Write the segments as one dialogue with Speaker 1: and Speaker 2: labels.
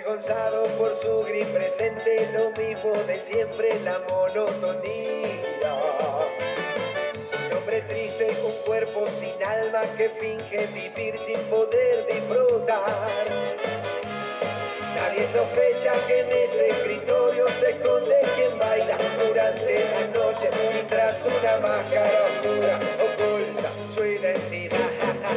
Speaker 1: avergonzado por su gris presente, lo mismo de siempre, la monotonía. Un hombre triste, un cuerpo sin alma que finge vivir sin poder disfrutar. Nadie sospecha que en ese escritorio se esconde quien baila durante las noches y tras una máscara oscura oculta su identidad.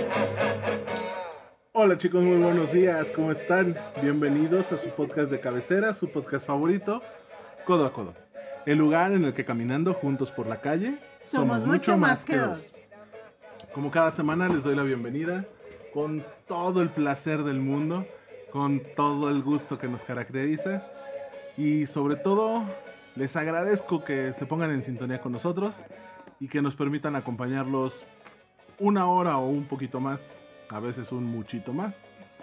Speaker 2: Hola chicos, muy buenos días, ¿cómo están? Bienvenidos a su podcast de cabecera, su podcast favorito, Codo a Codo. El lugar en el que caminando juntos por la calle
Speaker 3: somos mucho más que dos.
Speaker 2: Como cada semana les doy la bienvenida con todo el placer del mundo, con todo el gusto que nos caracteriza y sobre todo les agradezco que se pongan en sintonía con nosotros y que nos permitan acompañarlos una hora o un poquito más, a veces un muchito más.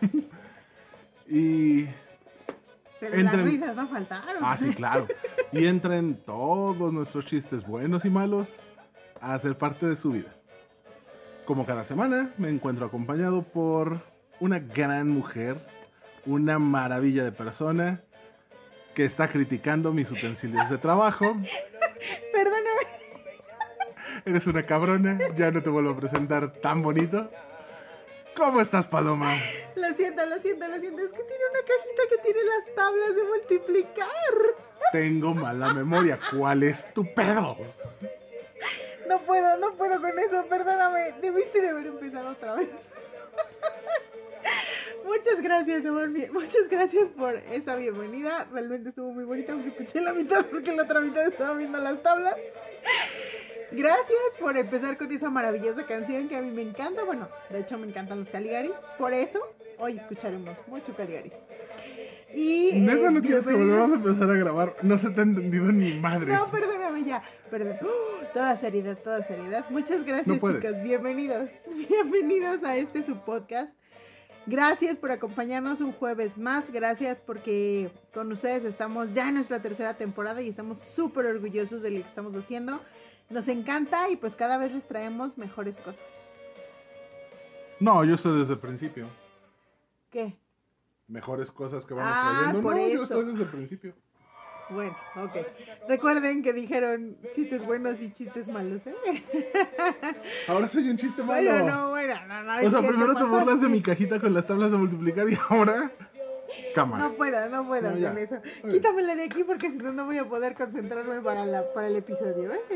Speaker 2: Y
Speaker 3: pero las risas no faltaron.
Speaker 2: Ah, sí, claro. Y entren todos nuestros chistes buenos y malos a ser parte de su vida. Como cada semana me encuentro acompañado por una gran mujer, una maravilla de persona que está criticando mis utensilios de trabajo.
Speaker 3: Perdóname.
Speaker 2: Eres una cabrona, ya no te vuelvo a presentar tan bonito. ¿Cómo estás, Paloma?
Speaker 3: Lo siento. Es que tiene una cajita que tiene las tablas de multiplicar.
Speaker 2: Tengo mala memoria. ¿Cuál es tu pedo?
Speaker 3: No puedo con eso, perdóname. Debiste de haber empezado otra vez. Muchas gracias, amor. Muchas gracias por esa bienvenida. Realmente estuvo muy bonita, aunque escuché la mitad porque la otra mitad estaba viendo las tablas. Gracias por empezar con esa maravillosa canción que a mí me encanta. Bueno, de hecho me encantan los Caligaris. Por eso, hoy escucharemos mucho Caligaris. Y
Speaker 2: ¿Neta no quieres que volvamos a empezar a grabar? No se te ha entendido ni madre.
Speaker 3: No, perdóname ya. Perdón. Toda seriedad. Muchas gracias,
Speaker 2: no
Speaker 3: chicos. Bienvenidos a este su podcast. Gracias por acompañarnos un jueves más. Gracias porque con ustedes estamos ya en nuestra tercera temporada y estamos súper orgullosos de lo que estamos haciendo. Nos encanta y pues cada vez les traemos mejores cosas.
Speaker 2: No, yo estoy desde el principio.
Speaker 3: ¿Qué?
Speaker 2: Mejores cosas que vamos trayendo.
Speaker 3: Por
Speaker 2: no,
Speaker 3: eso.
Speaker 2: Yo estoy desde el principio.
Speaker 3: Bueno, ok. Recuerden que dijeron chistes buenos y chistes malos, ¿eh?
Speaker 2: Ahora soy un chiste malo.
Speaker 3: No.
Speaker 2: O sea, primero te burlas de mi cajita con las tablas de multiplicar y ahora... Cámara.
Speaker 3: No puedo con eso. Quítamela de aquí porque si no, no voy a poder concentrarme para el episodio, ¿eh?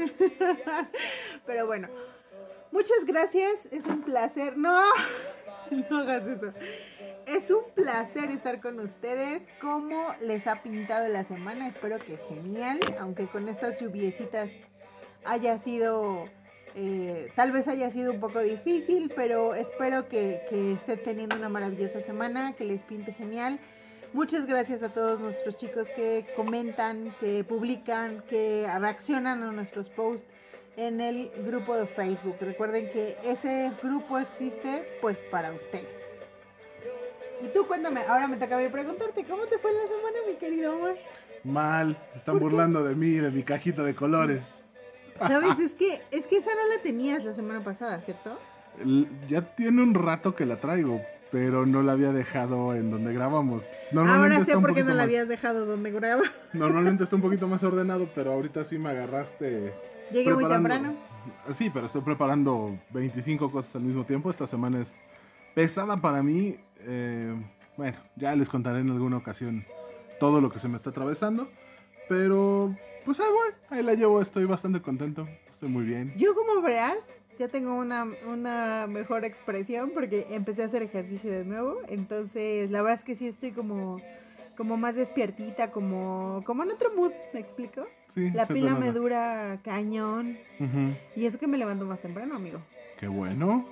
Speaker 3: Pero bueno, muchas gracias. Es un placer. No hagas eso. Es un placer estar con ustedes. ¿Cómo les ha pintado la semana? Espero que genial, aunque con estas lluviecitas haya sido... tal vez haya sido un poco difícil, pero espero que estén teniendo una maravillosa semana, que les pinte genial. Muchas gracias a todos nuestros chicos que comentan, que publican, que reaccionan a nuestros posts en el grupo de Facebook. Recuerden que ese grupo existe pues para ustedes. Y tú cuéntame, ahora me toca preguntarte, ¿cómo te fue la semana, mi querido amor?
Speaker 2: Mal, se están burlando de mí, de mi cajita de colores.
Speaker 3: ¿Sabes? Es que esa no la tenías la semana pasada, ¿cierto?
Speaker 2: Ya tiene un rato que la traigo, pero no la había dejado en donde grabamos.
Speaker 3: Ahora sé por qué no la habías dejado donde graba.
Speaker 2: Normalmente está un poquito más ordenado, pero ahorita sí me agarraste.
Speaker 3: Llegué muy temprano.
Speaker 2: Sí, pero estoy preparando 25 cosas al mismo tiempo. Esta semana es pesada para mí. Bueno, ya les contaré en alguna ocasión todo lo que se me está atravesando. Pero, pues ahí la llevo. Estoy bastante contento. Estoy muy bien.
Speaker 3: Yo, como verás, ya tengo una mejor expresión porque empecé a hacer ejercicio de nuevo. Entonces, la verdad es que sí estoy como más despiertita, como en otro mood, ¿me explico?
Speaker 2: Sí,
Speaker 3: la pila me dura cañón.
Speaker 2: Uh-huh.
Speaker 3: Y eso que me levanto más temprano, amigo.
Speaker 2: Qué bueno.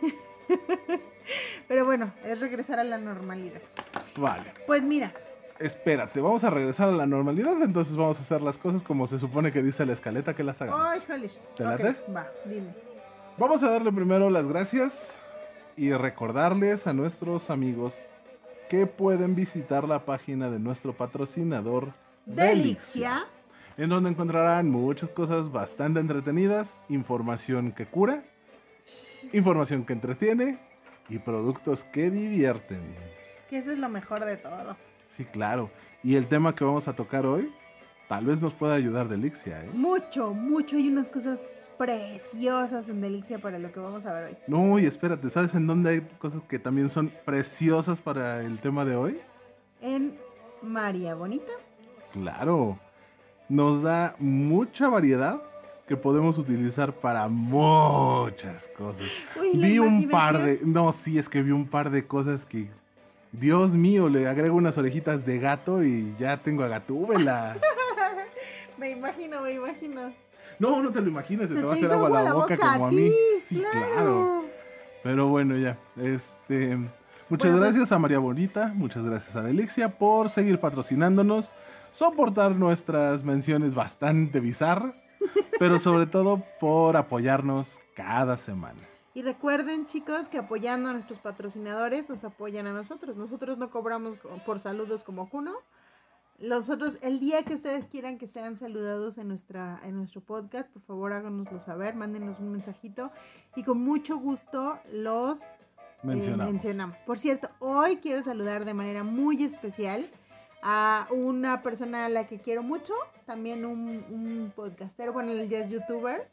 Speaker 3: Pero bueno, es regresar a la normalidad.
Speaker 2: Vale.
Speaker 3: Pues mira.
Speaker 2: Espérate, vamos a regresar a la normalidad, entonces vamos a hacer las cosas como se supone que dice la escaleta que las hagamos.
Speaker 3: Ay, jole.
Speaker 2: ¿Te late?
Speaker 3: Va, dime.
Speaker 2: Vamos a darle primero las gracias y recordarles a nuestros amigos que pueden visitar la página de nuestro patrocinador
Speaker 3: Delixia,
Speaker 2: en donde encontrarán muchas cosas bastante entretenidas, información que cura, información que entretiene y productos que divierten.
Speaker 3: Que eso es lo mejor de todo.
Speaker 2: Sí, claro. Y el tema que vamos a tocar hoy, tal vez nos pueda ayudar Delixia, ¿eh?
Speaker 3: Mucho, mucho. Hay unas cosas preciosas en Delixia para lo que vamos a ver hoy.
Speaker 2: No, y espérate, ¿sabes en dónde hay cosas que también son preciosas para el tema de hoy?
Speaker 3: En María Bonita.
Speaker 2: Claro, nos da mucha variedad que podemos utilizar para muchas cosas.
Speaker 3: Uy, la
Speaker 2: Vi un par
Speaker 3: imaginación.
Speaker 2: de... No, sí, es que vi un par de cosas que... Dios mío, le agrego unas orejitas de gato y ya tengo a Gatúbela.
Speaker 3: Me imagino, me imagino.
Speaker 2: No, no te lo imagines, se te va a hacer
Speaker 3: hizo
Speaker 2: agua
Speaker 3: agua
Speaker 2: la boca como a mí.
Speaker 3: ti,
Speaker 2: Sí, claro. Pero bueno, ya. Muchas
Speaker 3: Bueno,
Speaker 2: gracias a María Bonita, muchas gracias a Delixia por seguir patrocinándonos, soportar nuestras menciones bastante bizarras, pero sobre todo por apoyarnos cada semana.
Speaker 3: Y recuerden, chicos, que apoyando a nuestros patrocinadores nos apoyan a nosotros. Nosotros no cobramos por saludos como Kuno. Nosotros, el día que ustedes quieran que sean saludados en nuestro podcast, por favor háganoslo saber, mándenos un mensajito y con mucho gusto los mencionamos. Por cierto, hoy quiero saludar de manera muy especial a una persona a la que quiero mucho, también un podcastero, bueno, él ya es youtuber,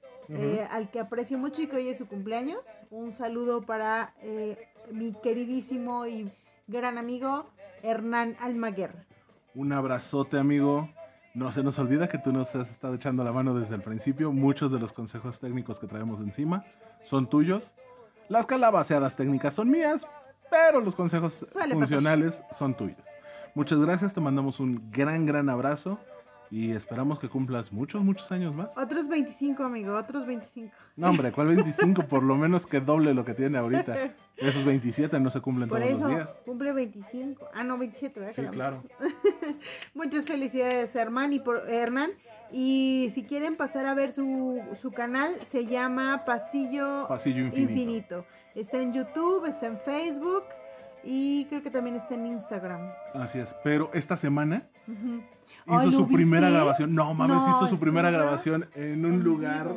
Speaker 3: al que aprecio mucho y que hoy es su cumpleaños. Un saludo para mi queridísimo y gran amigo Hernán Almaguer.
Speaker 2: Un abrazote, amigo. No se nos olvida que tú nos has estado echando la mano desde el principio. Muchos de los consejos técnicos que traemos encima son tuyos. Las calabaceadas técnicas son mías, pero los consejos funcionales son tuyos. Muchas gracias, te mandamos un gran abrazo y esperamos que cumplas muchos años más.
Speaker 3: Otros 25, amigo, otros 25.
Speaker 2: No, hombre, ¿cuál 25? Por lo menos que doble lo que tiene ahorita. Esos 27 no se cumplen
Speaker 3: Por
Speaker 2: todos
Speaker 3: eso,
Speaker 2: los días.
Speaker 3: Cumple 25. Ah, no, 27, ¿verdad?
Speaker 2: Sí, claro.
Speaker 3: Muchas felicidades, Hernán. Y si quieren pasar a ver su canal, se llama Pasillo Infinito. Está en YouTube, está en Facebook y creo que también está en Instagram.
Speaker 2: Así es, pero esta semana
Speaker 3: Ay,
Speaker 2: hizo su
Speaker 3: ¿lo
Speaker 2: primera
Speaker 3: viste?
Speaker 2: grabación. No mames,
Speaker 3: No,
Speaker 2: hizo su primera
Speaker 3: ¿verdad?
Speaker 2: grabación en un lugar.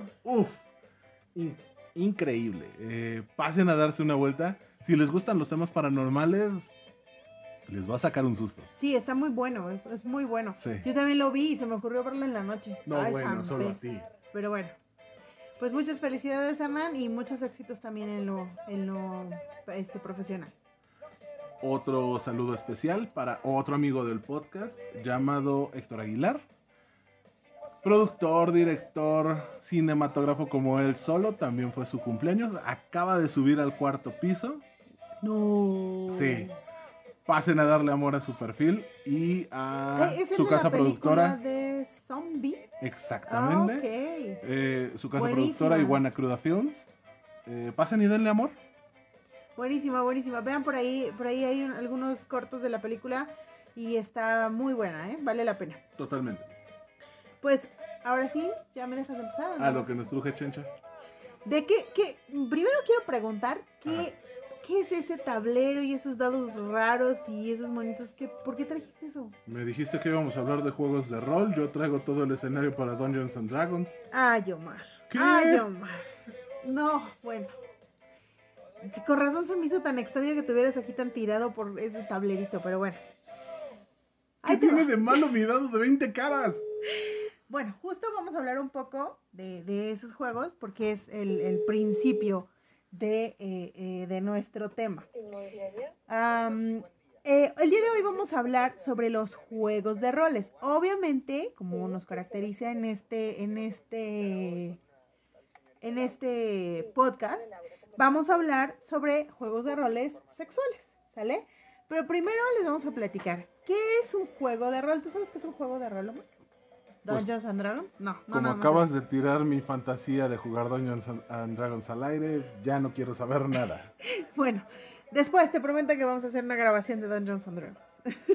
Speaker 2: Increíble. Pasen a darse una vuelta. Si les gustan los temas paranormales, les va a sacar un susto.
Speaker 3: Sí, está muy bueno, es muy bueno.
Speaker 2: Sí.
Speaker 3: Yo también lo vi y se me ocurrió verlo en la noche.
Speaker 2: No,
Speaker 3: Ay,
Speaker 2: bueno,
Speaker 3: San
Speaker 2: solo
Speaker 3: Pe.
Speaker 2: a ti.
Speaker 3: Pero bueno, pues muchas felicidades, Hernán, y muchos éxitos también en lo profesional.
Speaker 2: Otro saludo especial para otro amigo del podcast llamado Héctor Aguilar. Productor, director, cinematógrafo como él solo, también fue su cumpleaños. Acaba de subir al 4º piso.
Speaker 3: No.
Speaker 2: Sí. Pasen a darle amor a su perfil y a su casa productora.
Speaker 3: ¿De Zombie?
Speaker 2: Exactamente. Su casa
Speaker 3: Buenísima.
Speaker 2: productora, Iguana Cruda Films. Pasen y denle amor.
Speaker 3: Buenísima. Vean por ahí hay algunos cortos de la película y está muy buena, vale la pena.
Speaker 2: Totalmente.
Speaker 3: Pues ahora sí, ya me dejas empezar. ¿O no?
Speaker 2: A lo que nos truje Chencha.
Speaker 3: ¿De qué? Primero quiero preguntar ¿qué es ese tablero y esos dados raros y esos monitos? ¿Por qué trajiste eso?
Speaker 2: Me dijiste que íbamos a hablar de juegos de rol. Yo traigo todo el escenario para Dungeons and Dragons.
Speaker 3: Ay, Omar.
Speaker 2: ¿Qué?
Speaker 3: Ay, Omar. No, bueno. Con razón se me hizo tan extraño que tuvieras aquí tan tirado por ese tablerito, pero bueno.
Speaker 2: ¿Qué tiene de malo mi dado de 20 caras?
Speaker 3: Bueno, justo vamos a hablar un poco de esos juegos porque es el principio de nuestro tema. El día de hoy vamos a hablar sobre los juegos de roles. Obviamente, como nos caracteriza en este podcast, vamos a hablar sobre juegos de roles sexuales, ¿sale? Pero primero les vamos a platicar, ¿qué es un juego de rol? ¿Tú sabes qué es un juego de rol, Omar? ¿Dungeons and Dragons? No,
Speaker 2: como acabas de tirar mi fantasía de jugar Dungeons and Dragons al aire, ya no quiero saber nada.
Speaker 3: Bueno, después te prometo que vamos a hacer una grabación de Dungeons and Dragons.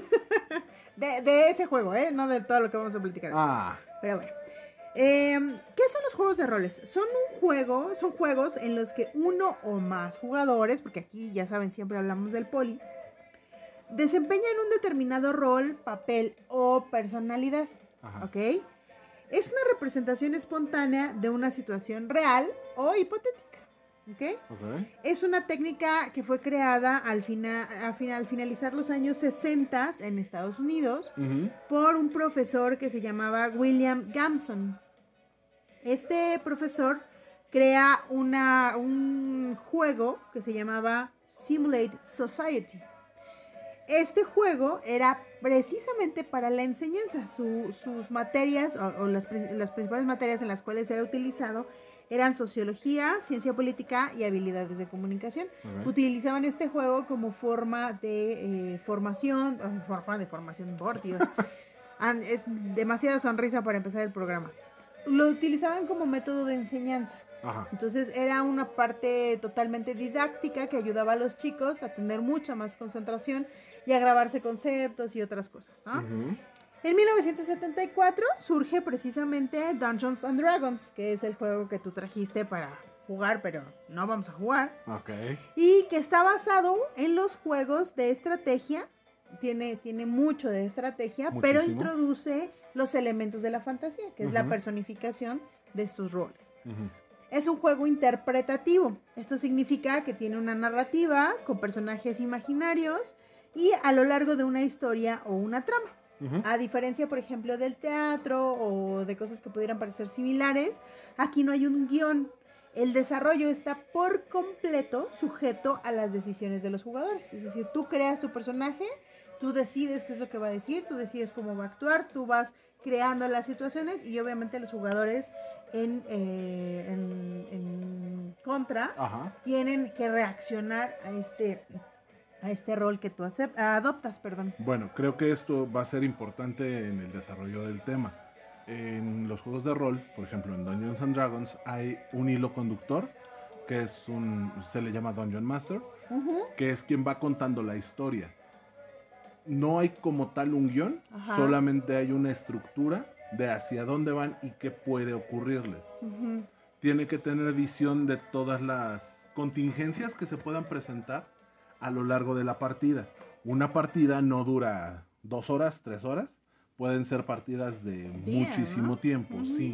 Speaker 3: de ese juego, no de todo lo que vamos a platicar. Pero bueno. ¿Qué son los juegos de roles? Son juegos en los que uno o más jugadores, porque aquí ya saben, siempre hablamos del poli, desempeñan un determinado rol, papel o personalidad.
Speaker 2: Ajá.
Speaker 3: ¿Ok? Es una representación espontánea de una situación real o hipotética. ¿ok?
Speaker 2: Okay.
Speaker 3: Es una técnica que fue creada al finalizar los años 60 en Estados Unidos por un profesor que se llamaba William Gamson. Este profesor crea un juego que se llamaba Simulate Society. Este juego era precisamente para la enseñanza. Sus materias o las principales materias en las cuales era utilizado eran sociología, ciencia política y habilidades de comunicación. Utilizaban este juego como forma de formación, por Dios. Es demasiada sonrisa para empezar el programa. Lo utilizaban como método de enseñanza.
Speaker 2: Ajá.
Speaker 3: Entonces era una parte totalmente didáctica que ayudaba a los chicos a tener mucha más concentración y a grabarse conceptos y otras cosas, ¿no? En 1974 surge precisamente Dungeons and Dragons, que es el juego que tú trajiste para jugar, pero no vamos a jugar.
Speaker 2: Okay.
Speaker 3: Y que está basado en los juegos de estrategia. Tiene mucho de estrategia,
Speaker 2: Muchísimo.
Speaker 3: pero introduce los elementos de la fantasía, que es la personificación de estos roles. Es un juego interpretativo. Esto significa que tiene una narrativa con personajes imaginarios y a lo largo de una historia o una trama. A diferencia, por ejemplo, del teatro o de cosas que pudieran parecer similares, aquí no hay un guión. El desarrollo está por completo sujeto a las decisiones de los jugadores. Es decir, tú creas tu personaje, tú decides qué es lo que va a decir, tú decides cómo va a actuar, tú vas creando las situaciones y obviamente los jugadores en contra tienen que reaccionar a este rol que tú adoptas, perdón.
Speaker 2: Bueno, creo que esto va a ser importante en el desarrollo del tema. En los juegos de rol, por ejemplo en Dungeons and Dragons, hay un hilo conductor que se le llama Dungeon Master, que es quien va contando la historia. No hay como tal un guión, solamente hay una estructura de hacia dónde van y qué puede ocurrirles. Tiene que tener visión de todas las contingencias que se puedan presentar a lo largo de la partida. Una partida no dura 2 horas, 3 horas, pueden ser partidas de muchísimo tiempo, sí.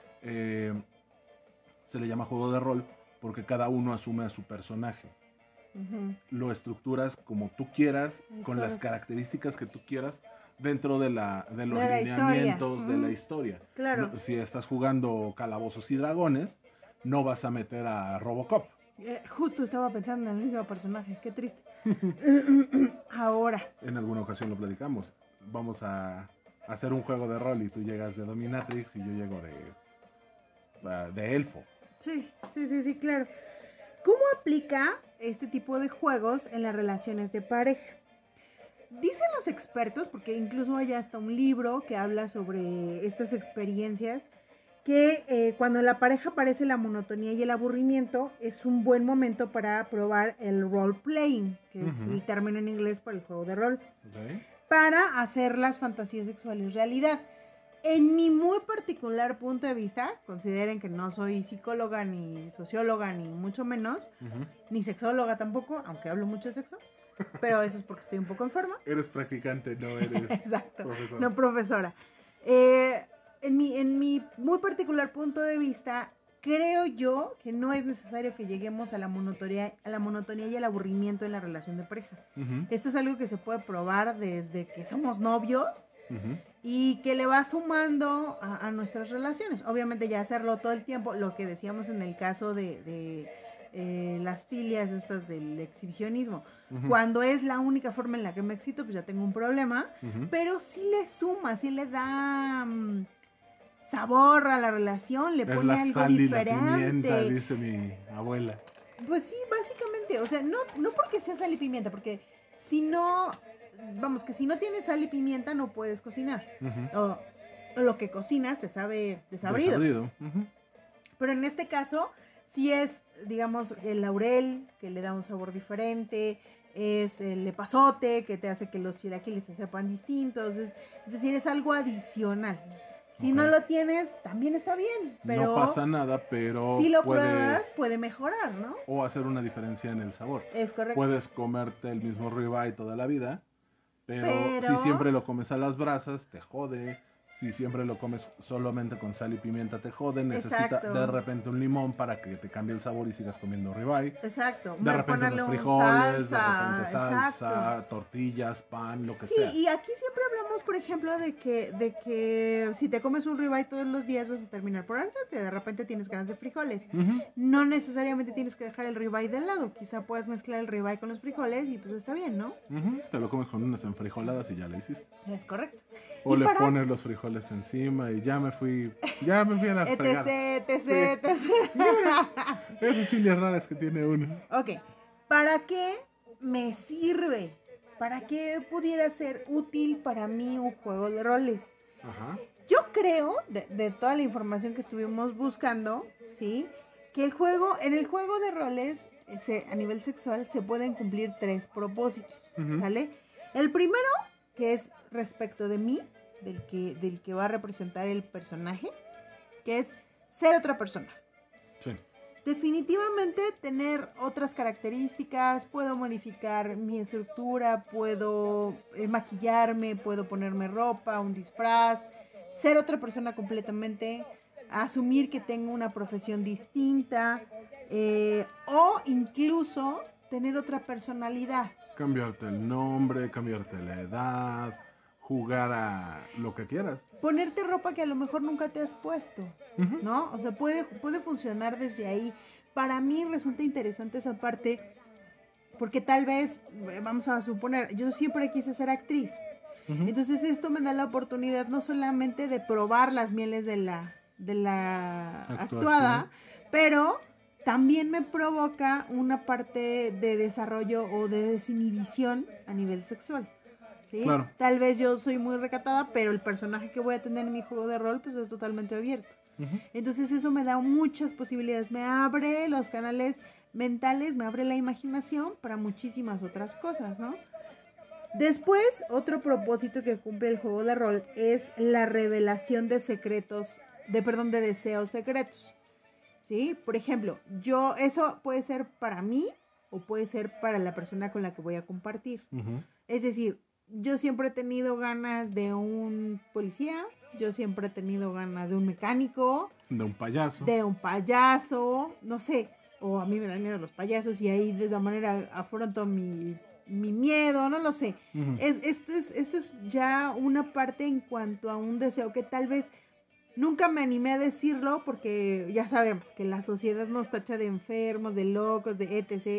Speaker 2: Se le llama juego de rol porque cada uno asume a su personaje. Lo estructuras como tú quieras, con las características que tú quieras, dentro de los lineamientos de la historia.
Speaker 3: Claro.
Speaker 2: No, si estás jugando Calabozos y Dragones, no vas a meter a Robocop.
Speaker 3: Justo estaba pensando en el mismo personaje, qué triste. Ahora.
Speaker 2: En alguna ocasión lo platicamos. Vamos a hacer un juego de rol y tú llegas de Dominatrix y yo llego de Elfo.
Speaker 3: Sí, claro. ¿Cómo aplica este tipo de juegos en las relaciones de pareja? Dicen los expertos, porque incluso hay hasta un libro que habla sobre estas experiencias, que cuando en la pareja aparece la monotonía y el aburrimiento, es un buen momento para probar el role-playing, que es el término en inglés para el juego de rol, para hacer las fantasías sexuales realidad. En mi muy particular punto de vista, consideren que no soy psicóloga, ni socióloga, ni mucho menos, ni sexóloga tampoco, aunque hablo mucho de sexo, pero eso es porque estoy un poco enferma.
Speaker 2: Eres practicante, no eres
Speaker 3: Exacto,
Speaker 2: profesora.
Speaker 3: No profesora. En mi muy particular punto de vista, creo yo que no es necesario que lleguemos a la monotonía y al aburrimiento en la relación de pareja. Esto es algo que se puede probar desde que somos novios, y que le va sumando a nuestras relaciones. Obviamente ya hacerlo todo el tiempo, lo que decíamos en el caso de las filias estas del exhibicionismo. Cuando es la única forma en la que me excito, pues ya tengo un problema, pero sí le suma, sí le da sabor a la relación, le pone algo
Speaker 2: sal y
Speaker 3: diferente.
Speaker 2: La pimienta, dice mi abuela.
Speaker 3: Pues sí, básicamente, o sea, no porque sea sal y pimienta, porque si no, vamos, que si no tienes sal y pimienta no puedes cocinar. O lo que cocinas te sabe desabrido. Pero en este caso, sí es, digamos, el laurel, que le da un sabor diferente, es el epazote, que te hace que los chilaquiles se sepan distintos, es decir, es algo adicional. Si no lo tienes, también está bien, pero
Speaker 2: no pasa nada, pero
Speaker 3: si lo pruebas, puede mejorar, ¿no?
Speaker 2: O hacer una diferencia en el sabor.
Speaker 3: Es correcto.
Speaker 2: Puedes comerte el mismo ribeye toda la vida, pero si siempre lo comes a las brasas, te jode. Si siempre lo comes solamente con sal y pimienta te jode, necesita
Speaker 3: Exacto.
Speaker 2: de repente un limón para que te cambie el sabor y sigas comiendo ribeye.
Speaker 3: Exacto.
Speaker 2: De repente
Speaker 3: Ponerle
Speaker 2: unos
Speaker 3: un
Speaker 2: frijoles,
Speaker 3: salsa,
Speaker 2: de repente salsa,
Speaker 3: exacto.
Speaker 2: tortillas, pan, lo que
Speaker 3: Sí,
Speaker 2: sea.
Speaker 3: y aquí siempre hablamos, por ejemplo, de que si te comes un ribeye todos los días vas a terminar por hartarte. De repente tienes ganas de frijoles.
Speaker 2: Ujú.
Speaker 3: No necesariamente tienes que dejar el ribeye de lado. Quizá puedas mezclar el ribeye con los frijoles y pues está bien, ¿no?
Speaker 2: Ujú, te lo comes con unas enfrijoladas y ya le hiciste.
Speaker 3: Es correcto.
Speaker 2: O
Speaker 3: Y
Speaker 2: le
Speaker 3: para-
Speaker 2: pones los frijoles encima y ya me fui a la fregada.
Speaker 3: etc.
Speaker 2: Esas filias raras que tiene uno.
Speaker 3: Ok, ¿para qué me sirve? ¿Para qué pudiera ser útil para mí un juego de roles?
Speaker 2: Ajá.
Speaker 3: Yo creo, de toda la información que estuvimos buscando, ¿sí? Que en el juego de roles, a nivel sexual, se pueden cumplir 3 propósitos,
Speaker 2: Ujú.
Speaker 3: ¿sale? El primero, que es respecto de mí, del que va a representar el personaje, que es ser otra persona.
Speaker 2: Sí.
Speaker 3: Definitivamente tener otras características, puedo modificar mi estructura, puedo maquillarme, puedo ponerme ropa, un disfraz, ser otra persona completamente, asumir que tengo una profesión distinta o incluso tener otra personalidad.
Speaker 2: Cambiarte el nombre, cambiarte la edad, jugar a lo que quieras.
Speaker 3: Ponerte ropa que a lo mejor nunca te has puesto,
Speaker 2: Ujú.
Speaker 3: ¿no? O sea, puede funcionar desde ahí. Para mí resulta interesante esa parte porque tal vez, vamos a suponer, yo siempre quise ser actriz.
Speaker 2: Ujú.
Speaker 3: Entonces esto me da la oportunidad no solamente de probar las mieles de la actuada, pero también me provoca una parte de desarrollo o de desinhibición a nivel sexual. ¿Sí?
Speaker 2: Claro.
Speaker 3: Tal vez yo soy muy recatada, pero el personaje que voy a tener en mi juego de rol pues es totalmente abierto.
Speaker 2: Ujú.
Speaker 3: Entonces eso me da muchas posibilidades, me abre los canales mentales, me abre la imaginación para muchísimas otras cosas, ¿no? Después, otro propósito que cumple el juego de rol es la revelación de de deseos secretos. ¿Sí? Por ejemplo, eso puede ser para mí o puede ser para la persona con la que voy a compartir.
Speaker 2: Ujú.
Speaker 3: Es decir, yo siempre he tenido ganas de un policía, yo siempre he tenido ganas de un mecánico,
Speaker 2: De un payaso.
Speaker 3: de un payaso, no sé, o a mí me dan miedo los payasos y ahí de esa manera afronto mi miedo, no lo sé.
Speaker 2: Ujú.
Speaker 3: Esto es ya una parte en cuanto a un deseo que tal vez nunca me animé a decirlo porque ya sabemos que la sociedad nos tacha de enfermos, de locos, de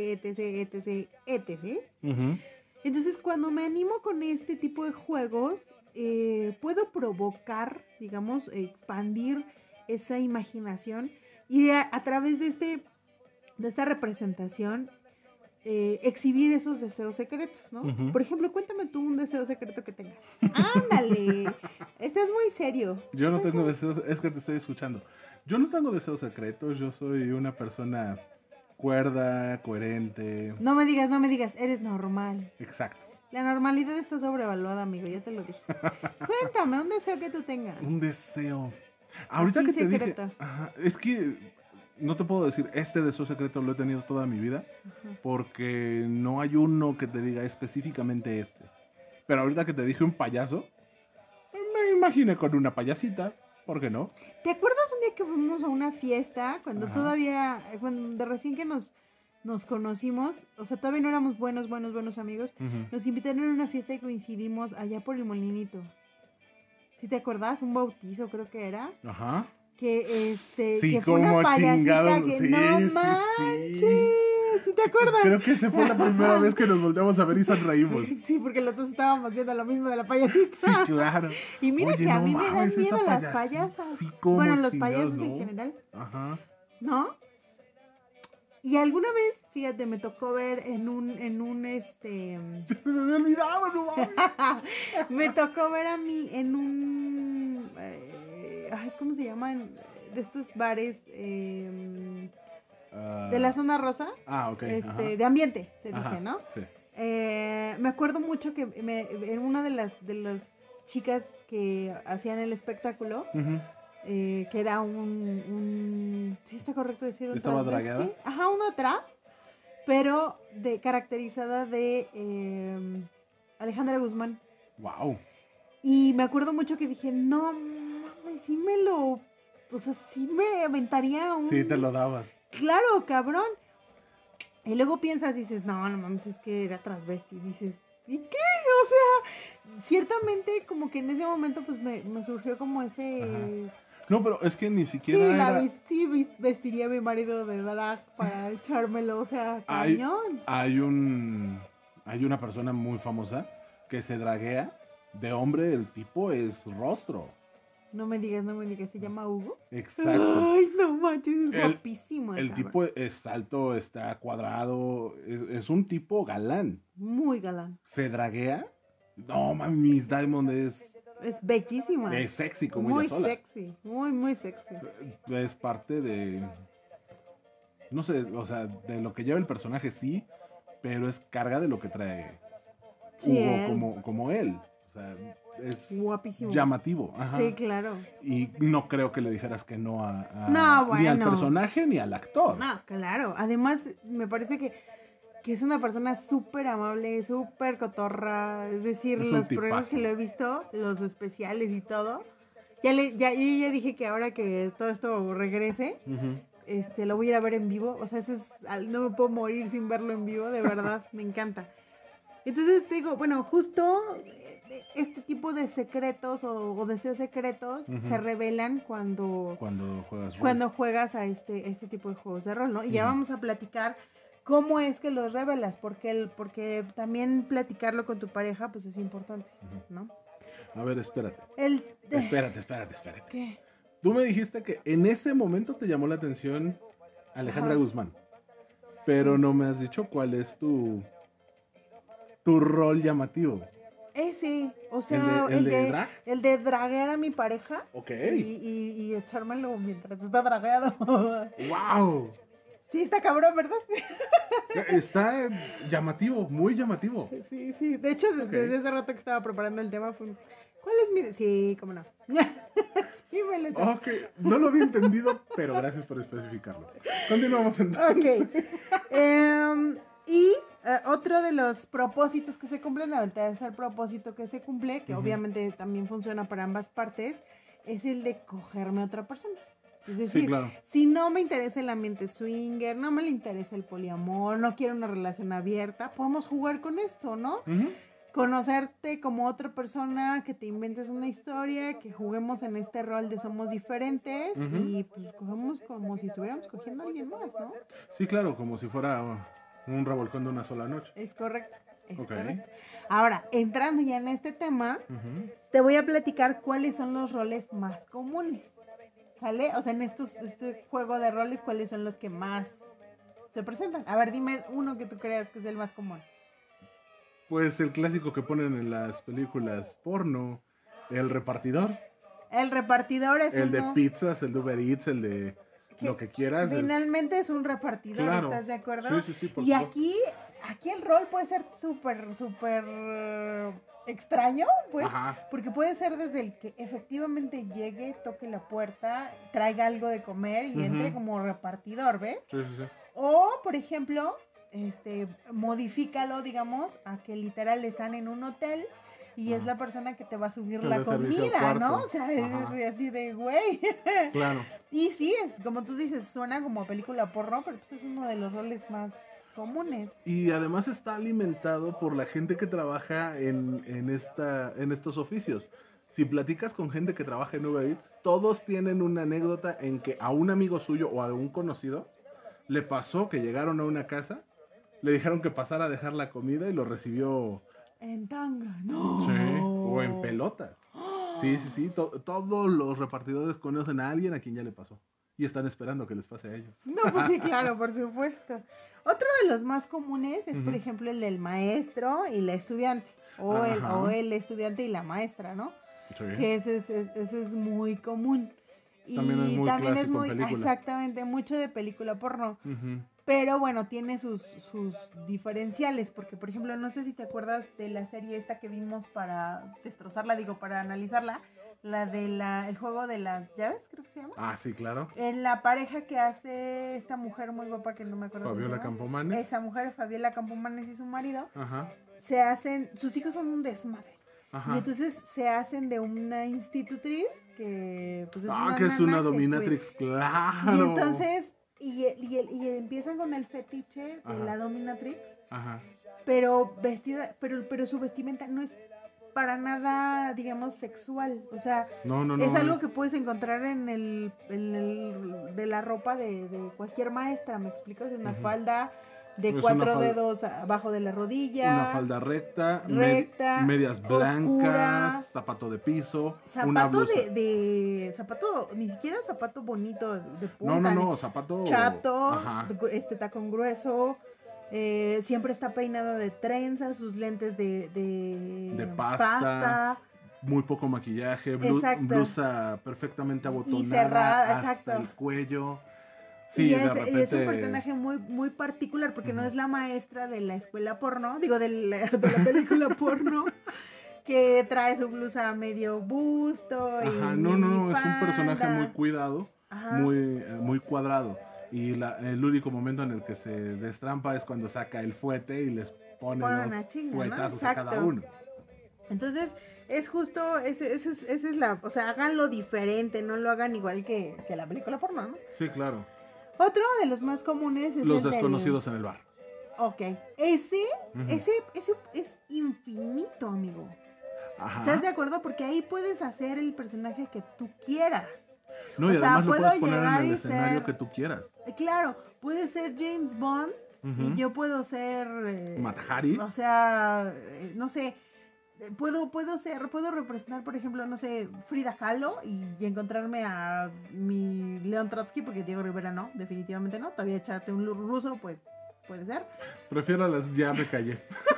Speaker 3: etc.
Speaker 2: Ujú.
Speaker 3: Entonces, cuando me animo con este tipo de juegos, puedo provocar, digamos, expandir esa imaginación y a través de esta representación, exhibir esos deseos secretos, ¿no?
Speaker 2: Ujú.
Speaker 3: Por ejemplo, cuéntame tú un deseo secreto que tengas. ¡Ándale! Estás muy serio.
Speaker 2: Yo no tengo deseos, es que te estoy escuchando. Yo no tengo deseos secretos, yo soy una persona cuerda, coherente.
Speaker 3: No me digas, eres normal.
Speaker 2: Exacto.
Speaker 3: La normalidad está sobrevaluada, amigo, ya te lo dije. Cuéntame un deseo que tú tengas.
Speaker 2: Un deseo. Ahorita
Speaker 3: Así
Speaker 2: que te dije,
Speaker 3: secreto.
Speaker 2: ajá, es que no te puedo decir, este deseo secreto lo he tenido toda mi vida,
Speaker 3: Ajá.
Speaker 2: porque no hay uno que te diga específicamente este. Pero ahorita que te dije un payaso, me imaginé con una payasita, ¿por qué no?
Speaker 3: ¿Te acuerdas un día que fuimos a una fiesta cuando
Speaker 2: Ajá.
Speaker 3: todavía, de recién que nos conocimos, o sea, todavía no éramos buenos amigos,
Speaker 2: Ujú.
Speaker 3: nos invitaron a una fiesta y coincidimos allá por el Molinito. ¿Sí te acuerdas? Un bautizo creo que era.
Speaker 2: Ajá.
Speaker 3: Que
Speaker 2: Sí,
Speaker 3: que fue una
Speaker 2: como
Speaker 3: payasita
Speaker 2: chingado,
Speaker 3: que
Speaker 2: sí,
Speaker 3: no
Speaker 2: sí,
Speaker 3: manches.
Speaker 2: sí.
Speaker 3: ¿Sí te acuerdas?
Speaker 2: Creo que esa fue la primera vez que nos volteamos a ver y sonreímos.
Speaker 3: Sí, porque los dos estábamos viendo lo mismo de la payasita.
Speaker 2: Sí, claro.
Speaker 3: Y mira
Speaker 2: Oye,
Speaker 3: que a
Speaker 2: no
Speaker 3: mí me dan
Speaker 2: mames,
Speaker 3: miedo
Speaker 2: esa
Speaker 3: las
Speaker 2: payasita,
Speaker 3: payasas.
Speaker 2: sí, como
Speaker 3: Bueno, los
Speaker 2: chingados,
Speaker 3: payasos
Speaker 2: ¿no?
Speaker 3: en general,
Speaker 2: Ajá.
Speaker 3: ¿no? Y alguna vez, fíjate, me tocó ver en un
Speaker 2: Ya se me había olvidado, no mames.
Speaker 3: me tocó ver a mí en un ¿cómo se llaman? De estos bares de la zona rosa,
Speaker 2: Ok. Ajá.
Speaker 3: de ambiente, se
Speaker 2: Ajá,
Speaker 3: dice, ¿no?
Speaker 2: Sí.
Speaker 3: Me acuerdo mucho que en una de las chicas que hacían el espectáculo,
Speaker 2: Ujú.
Speaker 3: que era ¿sí está correcto decir? Un
Speaker 2: ¿Estaba
Speaker 3: transvesti.
Speaker 2: dragueada?
Speaker 3: Ajá, una trap, pero caracterizada de Alejandra Guzmán.
Speaker 2: Wow.
Speaker 3: Y me acuerdo mucho que dije, no mames, o sea, sí me aventaría un...
Speaker 2: Sí, te lo dabas.
Speaker 3: Claro, cabrón. Y luego piensas y dices, no mames, es que era transvesti. Y dices, ¿y qué? O sea, ciertamente como que en ese momento pues me surgió como ese...
Speaker 2: Ajá. No, pero es que ni siquiera
Speaker 3: Sí, vestiría a mi marido de drag para echármelo, o sea, cañón.
Speaker 2: Hay una persona muy famosa que se draguea de hombre, el tipo es rostro.
Speaker 3: No me digas, ¿se llama Hugo?
Speaker 2: Exacto.
Speaker 3: Ay, no manches, es guapísimo.
Speaker 2: El tipo es alto, está cuadrado, es un tipo galán.
Speaker 3: Muy galán.
Speaker 2: ¿Se draguea? No, mami, Miss Diamond es
Speaker 3: bellísima.
Speaker 2: Es sexy como
Speaker 3: muy
Speaker 2: ella sola.
Speaker 3: Sexy, muy sexy.
Speaker 2: Es parte de... No sé, o sea, de lo que lleva el personaje sí, pero es carga de lo que trae Hugo como él. O sea, es
Speaker 3: guapísimo.
Speaker 2: Llamativo. Ajá.
Speaker 3: Sí, claro.
Speaker 2: Y no creo que le dijeras que no
Speaker 3: ni
Speaker 2: al personaje ni al actor.
Speaker 3: No, claro. Además, me parece que es una persona súper amable, súper cotorra. Es decir, los programas que lo he visto, los especiales y todo. Yo ya dije que ahora que todo esto regrese, lo voy a ir a ver en vivo. O sea, no me puedo morir sin verlo en vivo, de verdad, me encanta. Entonces te digo, bueno, justo este tipo de secretos o deseos secretos se revelan cuando juegas a este tipo de juegos de rol, ¿no? Y ya vamos a platicar cómo es que los revelas, porque también platicarlo con tu pareja pues es importante, ¿no?
Speaker 2: A ver, espérate. Espérate.
Speaker 3: ¿Qué?
Speaker 2: Tú me dijiste que en ese momento te llamó la atención Alejandra Guzmán, pero no me has dicho cuál es tu rol llamativo.
Speaker 3: Sí, o sea,
Speaker 2: ¿El de drag?
Speaker 3: El de draguear a mi pareja.
Speaker 2: Ok.
Speaker 3: Y echármelo mientras está dragueado.
Speaker 2: ¡Wow!
Speaker 3: Sí, está cabrón, ¿verdad?
Speaker 2: Está llamativo, muy llamativo.
Speaker 3: Sí. De hecho, desde hace rato que estaba preparando el tema, ¿cuál es mi...? Sí, cómo no. Sí, me lo he hecho.
Speaker 2: Ok, no lo había entendido, pero gracias por especificarlo. Continuamos entonces.
Speaker 3: Ok. Y otro de los propósitos que se cumplen, el tercer propósito que se cumple, que obviamente también funciona para ambas partes, es el de cogerme a otra persona. Es decir,
Speaker 2: sí, claro.
Speaker 3: Si no me interesa el ambiente swinger, no me le interesa el poliamor, no quiero una relación abierta, podemos jugar con esto, ¿no? Conocerte como otra persona, que te inventes una historia, que juguemos en este rol de somos diferentes y pues cogemos como si estuviéramos cogiendo a alguien más, ¿no?
Speaker 2: Sí, claro, como si fuera un revolcón de una sola noche.
Speaker 3: Es correcto. Correcto. Ahora, entrando ya en este tema, te voy a platicar cuáles son los roles más comunes. ¿Sale? O sea, en este juego de roles, ¿cuáles son los que más se presentan? A ver, dime uno que tú creas que es el más común.
Speaker 2: Pues el clásico que ponen en las películas porno, el repartidor.
Speaker 3: El repartidor es
Speaker 2: el de pizzas, el de Uber Eats, el de lo que quieras.
Speaker 3: Finalmente es un repartidor,
Speaker 2: claro.
Speaker 3: ¿Estás de acuerdo?
Speaker 2: Sí, por
Speaker 3: y
Speaker 2: supuesto.
Speaker 3: aquí el rol puede ser súper extraño, pues, porque puede ser desde el que efectivamente llegue, toque la puerta, traiga algo de comer y entre como repartidor, ¿ves?
Speaker 2: Sí.
Speaker 3: O, por ejemplo, modifícalo, digamos, a que literal están en un hotel y es la persona que te va a subir la comida, ¿no? O sea, es así de güey.
Speaker 2: Claro.
Speaker 3: Y sí, es como tú dices, suena como película porno, pero pues es uno de los roles más comunes.
Speaker 2: Y además está alimentado por la gente que trabaja en estos oficios. Si platicas con gente que trabaja en Uber Eats, todos tienen una anécdota en que a un amigo suyo o a algún conocido le pasó que llegaron a una casa, le dijeron que pasara a dejar la comida y lo recibió
Speaker 3: en tanga, no.
Speaker 2: Sí, o en pelotas. Sí. Todos los repartidores conocen a alguien a quien ya le pasó y están esperando que les pase a ellos.
Speaker 3: No, pues sí, claro, por supuesto. Otro de los más comunes es, por ejemplo, el del maestro y la estudiante, o el estudiante y la maestra, ¿no?
Speaker 2: Sí.
Speaker 3: Que ese es muy común. Y
Speaker 2: también es muy clásico en película.
Speaker 3: Exactamente, mucho de película porno. Pero bueno, tiene sus diferenciales, porque por ejemplo, no sé si te acuerdas de la serie esta que vimos para destrozarla, para analizarla, la de el juego de las llaves, creo que se llama.
Speaker 2: Ah, sí, claro.
Speaker 3: En la pareja que hace esta mujer muy guapa que no me acuerdo.
Speaker 2: Fabiola Campomanes.
Speaker 3: Esa mujer, Fabiola Campomanes y su marido,
Speaker 2: Ajá.
Speaker 3: sus hijos son un desmadre. Y entonces se hacen de una institutriz que pues es una
Speaker 2: que es una
Speaker 3: nana
Speaker 2: dominatrix, claro.
Speaker 3: Y entonces, y empiezan con el fetiche de la dominatrix, pero vestida, pero su vestimenta no es para nada, digamos, sexual. O sea,
Speaker 2: no,
Speaker 3: es algo que puedes encontrar en el de la ropa de cualquier maestra, ¿me explico? Es una falda de
Speaker 2: es
Speaker 3: 4 dedos abajo de la rodilla.
Speaker 2: Una falda recta, medias blancas, oscura, zapato de piso, una blusa.
Speaker 3: Zapato, ni siquiera zapato bonito de punta.
Speaker 2: No, zapato
Speaker 3: chato, tacón grueso. Siempre está peinada de trenza, sus lentes de pasta.
Speaker 2: Muy poco maquillaje, blusa perfectamente abotonada y
Speaker 3: cerrada,
Speaker 2: hasta el cuello. Sí,
Speaker 3: y es un personaje muy, muy particular porque no es la maestra de la escuela porno, digo, de la película porno, que trae su blusa medio busto.
Speaker 2: No, es un personaje muy cuidado, muy cuadrado. Y el único momento en el que se destrampa es cuando saca el fuete y les pone los fuetazos a cada uno.
Speaker 3: Entonces, es justo, esa es la, o sea, háganlo diferente, no lo hagan igual que la película porno, ¿no?
Speaker 2: Sí, claro.
Speaker 3: Otro de los más comunes es
Speaker 2: los desconocidos en el bar.
Speaker 3: Ok, ese es infinito, amigo. ¿Estás de acuerdo? Porque ahí puedes hacer el personaje que tú quieras.
Speaker 2: No, y además lo puedes poner en el escenario que tú quieras.
Speaker 3: Claro, puede ser James Bond y yo puedo ser
Speaker 2: Mata Hari.
Speaker 3: O sea, no sé, puedo representar, por ejemplo, no sé, Frida Kahlo y encontrarme a mi León Trotsky, porque Diego Rivera no, definitivamente no. Todavía echarte un ruso, pues puede ser.
Speaker 2: Prefiero las ya me callé.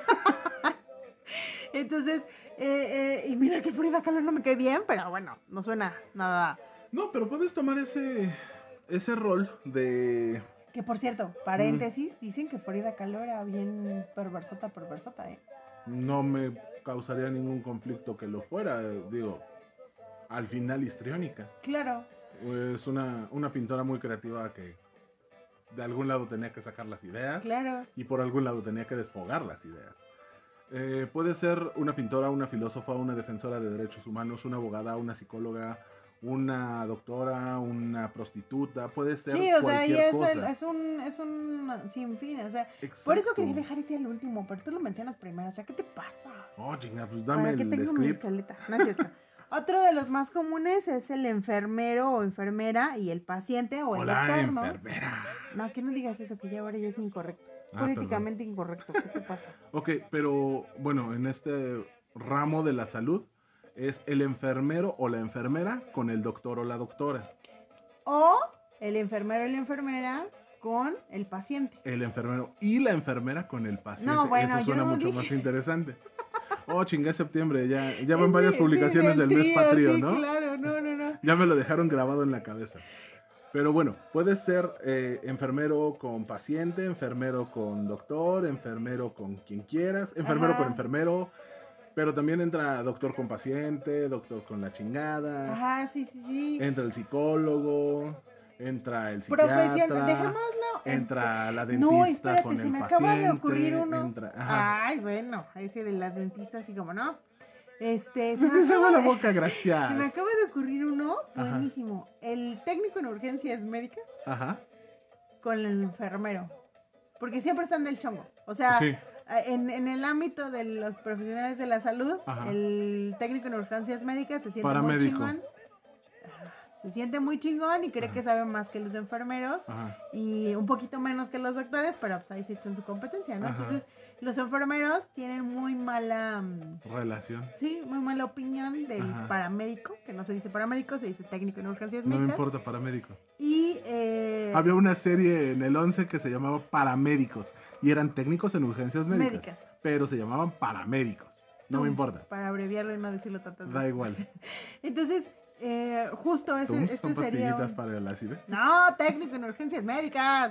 Speaker 3: Entonces, y mira que Frida Kahlo no me cae bien, pero bueno, no suena nada.
Speaker 2: No, pero puedes tomar ese rol de...
Speaker 3: Que por cierto, paréntesis, dicen que Frida Kahlo era bien perversota, ¿eh?
Speaker 2: No me causaría ningún conflicto que lo fuera, digo, al final histriónica.
Speaker 3: Claro.
Speaker 2: Es una pintora muy creativa que de algún lado tenía que sacar las ideas.
Speaker 3: Claro.
Speaker 2: Y por algún lado tenía que desfogar las ideas. Puede ser una pintora, una filósofa, una defensora de derechos humanos, una abogada, una psicóloga, una doctora, una prostituta, puede ser cualquier cosa.
Speaker 3: Es un sinfín, o sea, exacto. Por eso quería dejar ese al último, pero tú lo mencionas primero, o sea, ¿qué te pasa?
Speaker 2: Oh, chinga, pues dame el script.
Speaker 3: No es cierto. Otro de los más comunes es el enfermero o enfermera y el paciente o el doctor, ¿no?
Speaker 2: Enfermera.
Speaker 3: No, que no digas eso, que ya ahora ya es incorrecto. Políticamente incorrecto, ¿qué te pasa?
Speaker 2: Ok, pero bueno, en este ramo de la salud es el enfermero o la enfermera con el doctor o la doctora.
Speaker 3: O el enfermero o la enfermera con el paciente.
Speaker 2: El enfermero y la enfermera con el paciente.
Speaker 3: No, bueno,
Speaker 2: eso suena mucho más interesante. Oh, chingada, septiembre, ya van varias publicaciones del mes patrio, ¿no?
Speaker 3: Claro, no.
Speaker 2: Ya me lo dejaron grabado en la cabeza. Pero bueno, puede ser enfermero con paciente, enfermero con doctor, enfermero con quien quieras, enfermero con enfermero, pero también entra doctor con paciente, doctor con la chingada.
Speaker 3: Ajá, sí.
Speaker 2: Entra el psicólogo, entra el psiquiatra.
Speaker 3: Dejémoslo.
Speaker 2: Entra la dentista con el paciente. No, espérate, se me acaba de ocurrir
Speaker 3: uno. Ay, bueno, ese de la dentista así como, ¿no?
Speaker 2: Se me acaba la boca, gracias.
Speaker 3: Se me acaba de ocurrir uno buenísimo. El técnico en urgencias médicas con el enfermero. Porque siempre están del chongo. O sea, en el ámbito de los profesionales de la salud, el técnico en urgencias médicas se siente muy chingón. Se siente muy chingón y cree que sabe más que los enfermeros y un poquito menos que los doctores, pero pues ahí se echan su competencia, ¿no? Entonces, los enfermeros tienen muy mala
Speaker 2: relación.
Speaker 3: Sí, muy mala opinión del paramédico, que no se dice paramédico, se dice técnico en urgencias médicas.
Speaker 2: No me importa, paramédico.
Speaker 3: Y
Speaker 2: había una serie en el 11 que se llamaba Paramédicos y eran técnicos en urgencias médicas. Pero se llamaban paramédicos. No me importa.
Speaker 3: Para abreviarlo y no decirlo tantas veces.
Speaker 2: Da igual.
Speaker 3: Entonces, justo este
Speaker 2: ¿Son pastillitas para el ácido?
Speaker 3: No, técnico en urgencias médicas.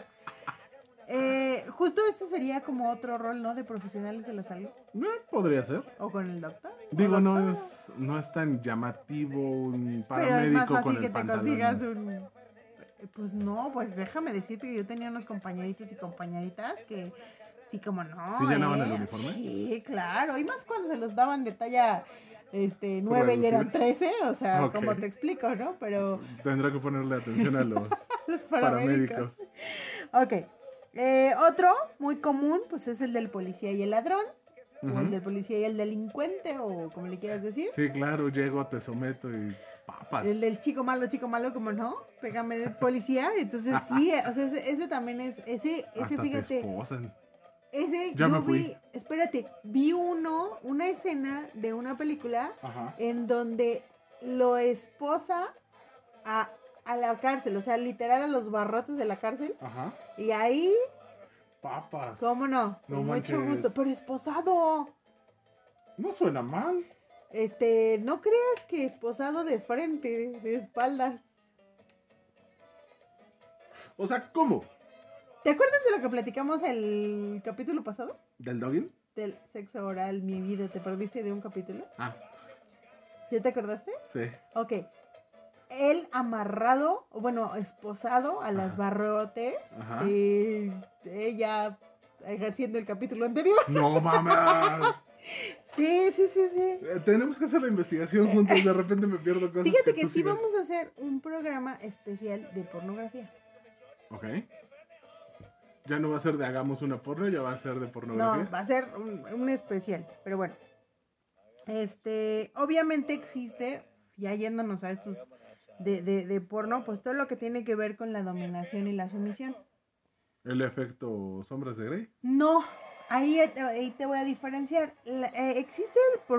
Speaker 3: Justo este sería como otro rol, ¿no? De profesionales de la salud.
Speaker 2: Podría ser.
Speaker 3: O con el doctor.
Speaker 2: Digo, no es tan llamativo un paramédico con el pantalón.
Speaker 3: Pero es más fácil que te consigas Pues no, pues déjame decirte que yo tenía unos compañeritos y compañeritas que sí, como no.
Speaker 2: ¿Sí llenaban el uniforme?
Speaker 3: Sí, claro. Y más cuando se los daban de talla 9 y eran 13, o sea,
Speaker 2: Ok.
Speaker 3: como te explico, ¿no? Pero
Speaker 2: Tendrá que ponerle atención a los
Speaker 3: los
Speaker 2: paramédicos.
Speaker 3: Ok. Otro muy común, pues es el del policía y el ladrón, o el
Speaker 2: Ujú.
Speaker 3: del policía y el delincuente, o como le quieras decir.
Speaker 2: Sí, claro, llego, te someto y papas.
Speaker 3: El del chico malo, como no, pégame de policía. Entonces sí, o sea, ese también es, ese
Speaker 2: Hasta te
Speaker 3: fíjate,
Speaker 2: esposan.
Speaker 3: ese
Speaker 2: Ya
Speaker 3: yo
Speaker 2: me fui.
Speaker 3: vi, espérate, vi una escena de una película
Speaker 2: Ajá.
Speaker 3: en donde lo esposa a la cárcel, o sea, literal a los barrotes de la cárcel.
Speaker 2: Ajá.
Speaker 3: Y ahí,
Speaker 2: Papas.
Speaker 3: ¿cómo no?
Speaker 2: No
Speaker 3: Con mucho
Speaker 2: manches.
Speaker 3: gusto, pero esposado.
Speaker 2: No suena mal.
Speaker 3: No creas que esposado de frente, de espaldas.
Speaker 2: O sea, ¿cómo?
Speaker 3: ¿Te acuerdas de lo que platicamos el capítulo pasado?
Speaker 2: ¿Del dogging?
Speaker 3: Del sexo oral, mi vida, ¿te perdiste de un capítulo?
Speaker 2: Ah,
Speaker 3: ¿Ya te acordaste?
Speaker 2: sí.
Speaker 3: Ok. Él amarrado, o bueno, esposado a las
Speaker 2: Ajá.
Speaker 3: barrotes,
Speaker 2: Ajá.
Speaker 3: ella ejerciendo el capítulo anterior.
Speaker 2: No mames.
Speaker 3: Sí.
Speaker 2: Tenemos que hacer la investigación juntos. De repente me pierdo cosas.
Speaker 3: Fíjate que
Speaker 2: tú
Speaker 3: sí
Speaker 2: sigues.
Speaker 3: vamos a hacer un programa especial de pornografía.
Speaker 2: Ok. Ya no va a ser de hagamos una porno, ya va a ser de pornografía.
Speaker 3: No, va a ser un especial, pero bueno. Obviamente existe, ya yéndonos a estos de porno, pues todo lo que tiene que ver con la dominación y la sumisión.
Speaker 2: El efecto sombras de Grey.
Speaker 3: No, ahí te voy a diferenciar. Existe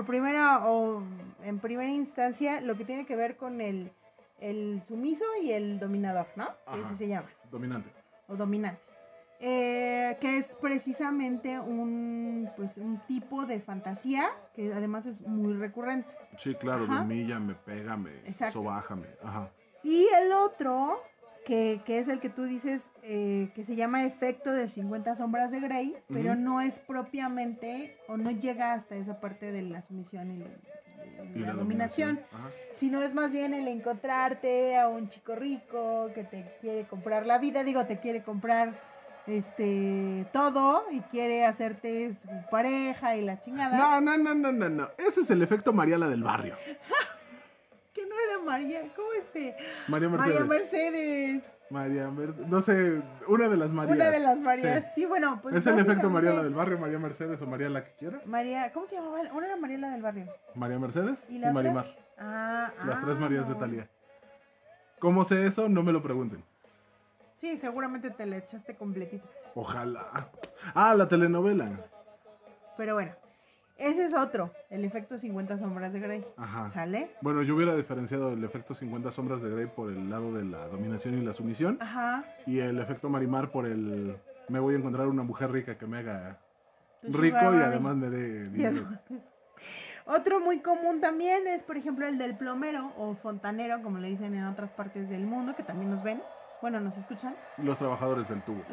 Speaker 3: en primera instancia lo que tiene que ver con el sumiso y el dominador, ¿no? Sí,
Speaker 2: Ajá.
Speaker 3: así se llama,
Speaker 2: Dominante.
Speaker 3: o dominante. Que es precisamente un tipo de fantasía que además es muy recurrente.
Speaker 2: Sí, claro,
Speaker 3: Ajá.
Speaker 2: domíllame, pégame,
Speaker 3: Exacto.
Speaker 2: sobájame. Ajá.
Speaker 3: Y el otro, que es el que tú dices, que se llama efecto de 50 sombras de Grey, pero
Speaker 2: Ujú.
Speaker 3: no es propiamente, o no llega hasta esa parte de la sumisión y la dominación,
Speaker 2: Ajá.
Speaker 3: sino es más bien el encontrarte a un chico rico que te quiere comprar la vida, te quiere comprar todo y quiere hacerte su pareja y la chingada.
Speaker 2: No. Ese es el efecto Mariala del barrio.
Speaker 3: Que no era María, ¿cómo
Speaker 2: María Mercedes.
Speaker 3: María Mercedes.
Speaker 2: No sé, una de las Marías.
Speaker 3: Una de las Marías,
Speaker 2: Sí.
Speaker 3: sí, bueno, pues
Speaker 2: Es el efecto
Speaker 3: básicamente-
Speaker 2: Mariala del barrio, María Mercedes o María la que quieras.
Speaker 3: María, ¿cómo se llamaba? Una era María la del barrio.
Speaker 2: María Mercedes
Speaker 3: ¿Y
Speaker 2: y,
Speaker 3: la otra?
Speaker 2: Marimar. Las tres Marías de Talía. ¿Cómo sé eso? No me lo pregunten.
Speaker 3: Sí, seguramente te la echaste completita.
Speaker 2: Ojalá. Ah, la telenovela.
Speaker 3: Pero bueno, ese es otro, el efecto 50 sombras de Grey.
Speaker 2: Ajá.
Speaker 3: ¿Sale?
Speaker 2: Bueno, yo hubiera diferenciado el efecto 50 sombras de Grey por el lado de la dominación y la sumisión.
Speaker 3: Ajá.
Speaker 2: Y el efecto Marimar por el... Me voy a encontrar una mujer rica que me haga
Speaker 3: Tu
Speaker 2: rico
Speaker 3: sugar
Speaker 2: y
Speaker 3: daddy.
Speaker 2: además me dé dinero.
Speaker 3: Otro muy común también es, por ejemplo, el del plomero o fontanero, como le dicen en otras partes del mundo, que también nos ven. Bueno, nos escuchan.
Speaker 2: Los trabajadores del tubo.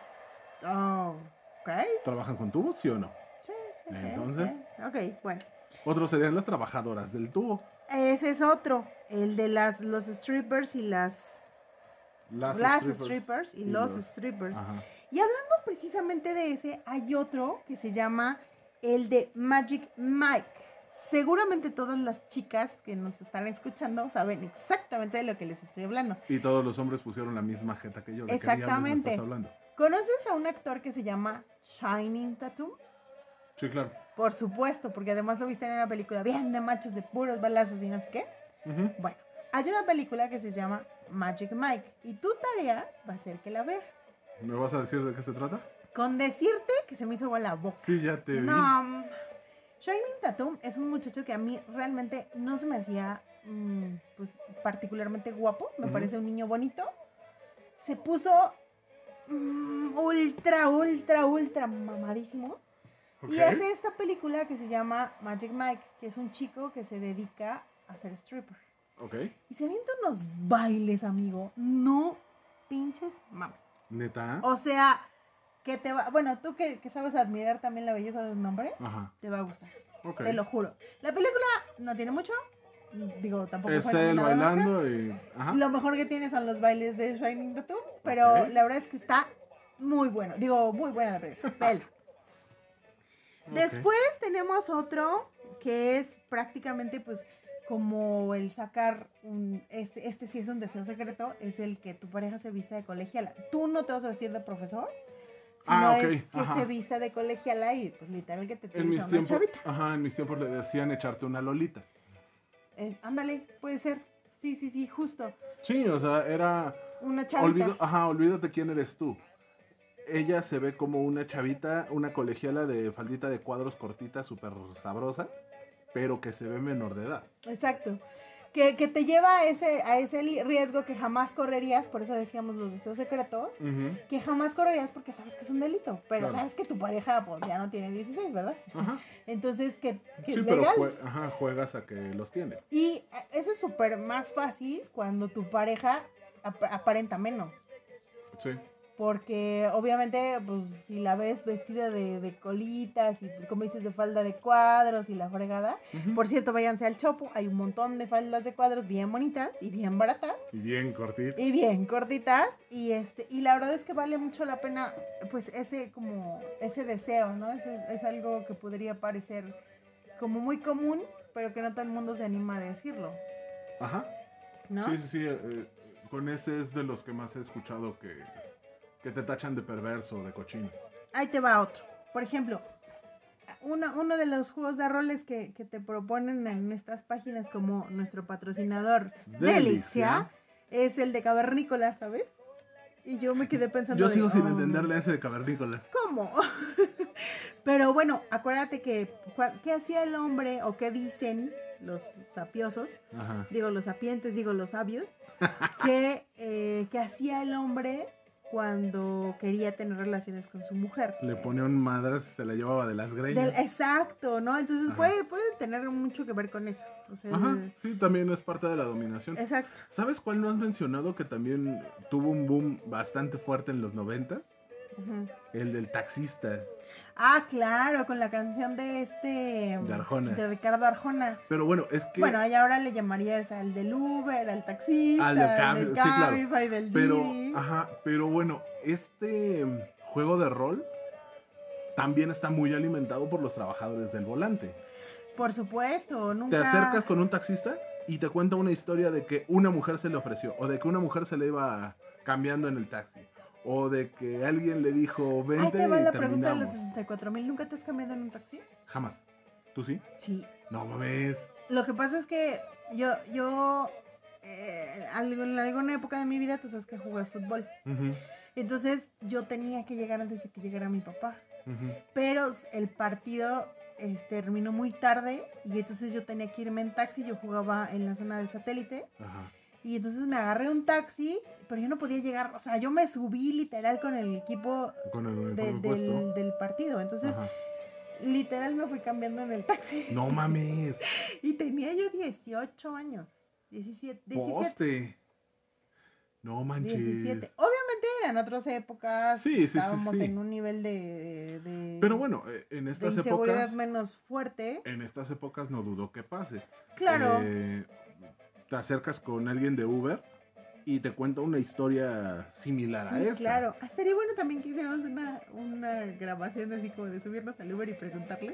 Speaker 3: Ok.
Speaker 2: ¿Trabajan con tubos, sí o no?
Speaker 3: Sí.
Speaker 2: Entonces.
Speaker 3: Ok, bueno.
Speaker 2: Otros serían las trabajadoras del tubo.
Speaker 3: Ese es otro, el de los strippers y las strippers y los strippers.
Speaker 2: Ajá.
Speaker 3: Y hablando precisamente de ese, hay otro que se llama el de Magic Mike. Seguramente todas las chicas que nos están escuchando saben exactamente de lo que les estoy hablando.
Speaker 2: Y todos los hombres pusieron la misma jeta que yo. ¿De qué diablos me
Speaker 3: Exactamente.
Speaker 2: estás hablando?
Speaker 3: ¿Conoces a un actor que se llama Shining Tatum?
Speaker 2: Sí, claro.
Speaker 3: Por supuesto, porque además lo viste en una película bien de machos, de puros balazos y no sé qué.
Speaker 2: Ujú.
Speaker 3: Bueno, hay una película que se llama Magic Mike y tu tarea va a ser que la veas.
Speaker 2: ¿Me vas a decir de qué se trata?
Speaker 3: Con decirte que se me hizo agua la boca.
Speaker 2: Sí, ya te vi.
Speaker 3: No, Shining Tatum es un muchacho que a mí realmente no se me hacía pues particularmente guapo. Me
Speaker 2: Ujú.
Speaker 3: parece un niño bonito. Se puso ultra mamadísimo.
Speaker 2: Ok.
Speaker 3: Y hace esta película que se llama Magic Mike, que es un chico que se dedica a ser stripper.
Speaker 2: Ok.
Speaker 3: Y se avienta unos bailes, amigo. No pinches mames.
Speaker 2: ¿Neta?
Speaker 3: O sea, que te va... Bueno, tú que sabes admirar también la belleza de un hombre,
Speaker 2: Ajá.
Speaker 3: te va a gustar.
Speaker 2: Ok.
Speaker 3: Te lo juro. La película no tiene mucho. Digo, tampoco
Speaker 2: Es
Speaker 3: fue
Speaker 2: él
Speaker 3: nominada al Oscar.
Speaker 2: bailando y... Ajá.
Speaker 3: Lo mejor que tiene son los bailes de Shining Tatum, pero
Speaker 2: Ok.
Speaker 3: la verdad es que está muy bueno. Digo, muy buena la película. Vela.
Speaker 2: Ok.
Speaker 3: Después tenemos otro que es prácticamente pues como el sacar este sí es un deseo secreto, es el que tu pareja se vista de colegiala. Tú no te vas a vestir de profesor, sino
Speaker 2: ok,
Speaker 3: es que
Speaker 2: ajá.
Speaker 3: se vista de colegiala y pues literal que te
Speaker 2: En mis
Speaker 3: una
Speaker 2: tiempos,
Speaker 3: chavita.
Speaker 2: ajá, en mis tiempos le decían echarte una lolita.
Speaker 3: Ándale, puede ser. Sí, justo.
Speaker 2: Sí, o sea, era...
Speaker 3: Una chavita.
Speaker 2: Olvídate quién eres tú. Ella se ve como una chavita, una colegiala de faldita de cuadros cortita, súper sabrosa, pero que se ve menor de edad.
Speaker 3: Exacto. Que te lleva a ese riesgo que jamás correrías, por eso decíamos los deseos secretos, que jamás correrías porque sabes que es un delito, pero
Speaker 2: claro.
Speaker 3: sabes que tu pareja pues ya no tiene 16, ¿verdad?
Speaker 2: Ajá.
Speaker 3: Entonces, que
Speaker 2: sí,
Speaker 3: es
Speaker 2: pero
Speaker 3: legal.
Speaker 2: Juegas a que los tiene.
Speaker 3: Y eso es súper más fácil cuando tu pareja aparenta menos.
Speaker 2: Sí.
Speaker 3: Porque obviamente, pues, si la ves vestida de colitas y como dices, de falda de cuadros y la fregada. Por cierto, váyanse al Chopo, hay un montón de faldas de cuadros bien bonitas y bien baratas.
Speaker 2: Y bien cortitas.
Speaker 3: Y bien cortitas. Y la verdad es que vale mucho la pena, pues, ese deseo, ¿no? Es algo que podría parecer como muy común, pero que no todo el mundo se anima a decirlo.
Speaker 2: Ajá.
Speaker 3: ¿No?
Speaker 2: Sí. Con ese es de los que más he escuchado que te tachan de perverso, de cochino.
Speaker 3: Ahí te va otro. Por ejemplo, uno de los juegos de roles que te proponen en estas páginas como nuestro patrocinador Delixia es el de cavernícolas, ¿sabes? Y yo me quedé pensando
Speaker 2: yo sigo sin entenderle a ese de cavernícolas.
Speaker 3: ¿Cómo? Pero bueno, acuérdate que ¿qué hacía el hombre o qué dicen los sapiosos?
Speaker 2: Ajá.
Speaker 3: Digo los sapientes, digo los sabios. que hacía el hombre cuando quería tener relaciones con su mujer.
Speaker 2: Le ponía un madras, se la llevaba de las greñas.
Speaker 3: Exacto, ¿no? Entonces puede tener mucho que ver con eso. O sea,
Speaker 2: sí, también es parte de la dominación.
Speaker 3: Exacto.
Speaker 2: ¿Sabes cuál no has mencionado que también tuvo un boom bastante fuerte en los 90s? El del taxista.
Speaker 3: Ah, claro, con la canción de
Speaker 2: Arjona.
Speaker 3: De Ricardo Arjona.
Speaker 2: Pero bueno, es que...
Speaker 3: Bueno, y ahora le llamarías al del Uber, al taxista,
Speaker 2: al del Cabify,
Speaker 3: sí, claro. Del
Speaker 2: Didi. Pero bueno, este juego de rol también está muy alimentado por los trabajadores del volante.
Speaker 3: Por supuesto, nunca...
Speaker 2: Te acercas con un taxista y te cuenta una historia de que una mujer se le ofreció, o de que una mujer se le iba cambiando en el taxi. O de que alguien le dijo, vente
Speaker 3: te va
Speaker 2: y
Speaker 3: la
Speaker 2: terminamos.
Speaker 3: pregunta de los 64,000. ¿Nunca te has cambiado en un taxi?
Speaker 2: Jamás. ¿Tú sí?
Speaker 3: Sí.
Speaker 2: No mames.
Speaker 3: Lo que pasa es que yo en alguna época de mi vida, tú sabes que jugué fútbol. Entonces yo tenía que llegar antes de que llegara mi papá. Pero el partido terminó muy tarde y entonces yo tenía que irme en taxi. Yo jugaba en la zona de Satélite.
Speaker 2: Ajá.
Speaker 3: Y entonces me agarré un taxi, pero yo no podía llegar, o sea, yo me subí literal con el equipo del partido. Entonces, literal me fui cambiando en el taxi.
Speaker 2: No mames.
Speaker 3: Y tenía yo 18 años, 17.
Speaker 2: Poste. No manches.
Speaker 3: 17. Obviamente eran otras épocas.
Speaker 2: Sí.
Speaker 3: Estábamos en un nivel de
Speaker 2: pero bueno, en estas
Speaker 3: de inseguridad
Speaker 2: épocas
Speaker 3: menos fuerte.
Speaker 2: En estas épocas no dudo que pase.
Speaker 3: Claro.
Speaker 2: Te acercas con alguien de Uber y te cuenta una historia similar a esa.
Speaker 3: Claro. Estaría bueno también que hiciéramos una grabación así como de subirnos al Uber y preguntarles.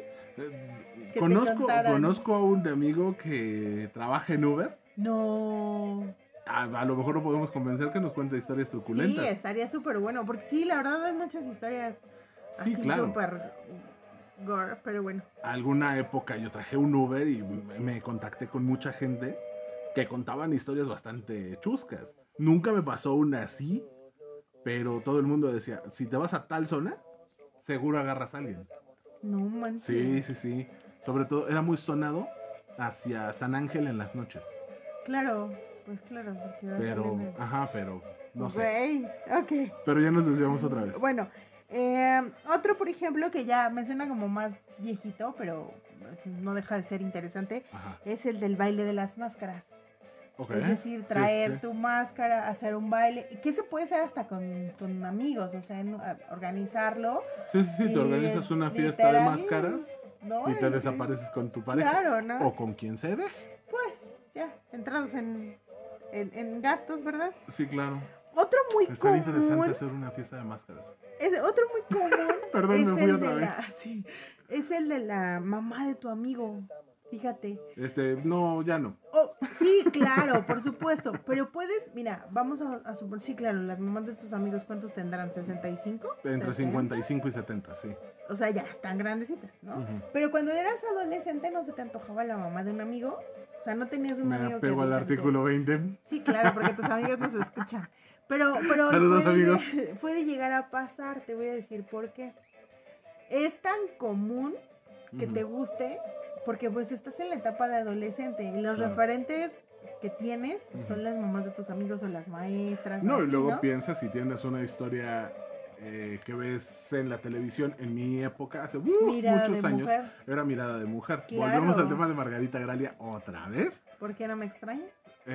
Speaker 2: Conozco a un amigo que trabaja en Uber.
Speaker 3: No.
Speaker 2: A lo mejor lo podemos convencer que nos cuente historias truculentas.
Speaker 3: Sí, estaría súper bueno, porque sí, la verdad hay muchas historias así súper gore, pero bueno.
Speaker 2: Alguna época yo traje un Uber y me contacté con mucha gente que contaban historias bastante chuscas. Nunca me pasó una así, pero todo el mundo decía, si te vas a tal zona, seguro agarras a alguien.
Speaker 3: No manches.
Speaker 2: Sí. Sobre todo, era muy sonado hacia San Ángel en las noches.
Speaker 3: Claro, pues claro. Porque
Speaker 2: pero no sé.
Speaker 3: Ok.
Speaker 2: Pero ya nos desviamos otra vez.
Speaker 3: Bueno, otro, por ejemplo, que ya me suena como más viejito, pero no deja de ser interesante, es el del baile de las máscaras.
Speaker 2: Okay.
Speaker 3: Es decir, traer tu máscara, hacer un baile, que se puede hacer hasta con amigos, o sea, organizarlo.
Speaker 2: Sí, te organizas una fiesta de máscaras, ¿no? Y te desapareces con tu pareja.
Speaker 3: Claro, ¿no?
Speaker 2: O con quien se deje.
Speaker 3: Pues, ya, entrados en gastos, ¿verdad?
Speaker 2: Sí, claro.
Speaker 3: Otro muy común.
Speaker 2: Estaría interesante hacer una fiesta de máscaras.
Speaker 3: Otro muy común.
Speaker 2: Perdón, me fui otra vez.
Speaker 3: Es el de la mamá de tu amigo. Fíjate.
Speaker 2: No, ya no.
Speaker 3: Oh, sí, claro, por supuesto. Pero puedes, mira, vamos a suponer, sí, claro, las mamás de tus amigos, ¿cuántos tendrán? ¿65?
Speaker 2: Entre
Speaker 3: 70.
Speaker 2: 55 y 70, sí.
Speaker 3: O sea, ya están grandecitas, ¿no?
Speaker 2: Ujú.
Speaker 3: Pero cuando eras adolescente, ¿no se te antojaba la mamá de un amigo? O sea, no tenías un
Speaker 2: Me
Speaker 3: amigo
Speaker 2: apego
Speaker 3: que
Speaker 2: al artículo 20.
Speaker 3: Sí, claro, porque tus amigos nos escuchan. Pero
Speaker 2: Saludos, amigos.
Speaker 3: Puede llegar a pasar, te voy a decir por qué. Es tan común que te guste, porque pues estás en la etapa de adolescente y los
Speaker 2: Claro.
Speaker 3: referentes que tienes pues, son las mamás de tus amigos o las maestras.
Speaker 2: No,
Speaker 3: así,
Speaker 2: y luego
Speaker 3: ¿no?
Speaker 2: piensas si tienes una historia que ves en la televisión. En mi época, hace
Speaker 3: Mirada
Speaker 2: muchos
Speaker 3: de
Speaker 2: años,
Speaker 3: mujer.
Speaker 2: era Mirada de Mujer.
Speaker 3: Claro.
Speaker 2: Volvemos al tema de Margarita Gralia otra vez.
Speaker 3: ¿Por qué no me extraña?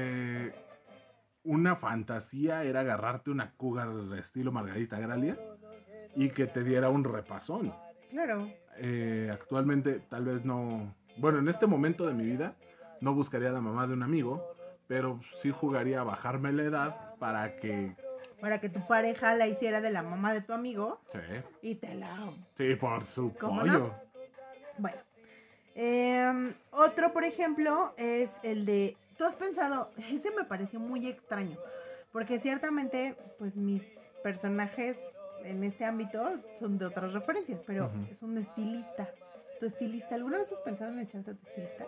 Speaker 2: Una fantasía era agarrarte una cougar de estilo Margarita Gralia y que te diera un repasón.
Speaker 3: Claro.
Speaker 2: Actualmente tal vez no... Bueno, en este momento de mi vida no buscaría a la mamá de un amigo, pero sí jugaría a bajarme la edad para que...
Speaker 3: Para que tu pareja la hiciera de la mamá de tu amigo
Speaker 2: Sí,
Speaker 3: y te la...
Speaker 2: sí, por su
Speaker 3: ¿Cómo
Speaker 2: pollo.
Speaker 3: no? Bueno. Otro, por ejemplo, es el de... Tú has pensado, ese me pareció muy extraño, porque ciertamente, pues mis personajes en este ámbito son de otras referencias, pero
Speaker 2: Ujú.
Speaker 3: es un estilista. Tu estilista, ¿alguna vez has pensado en echarte a tu estilista?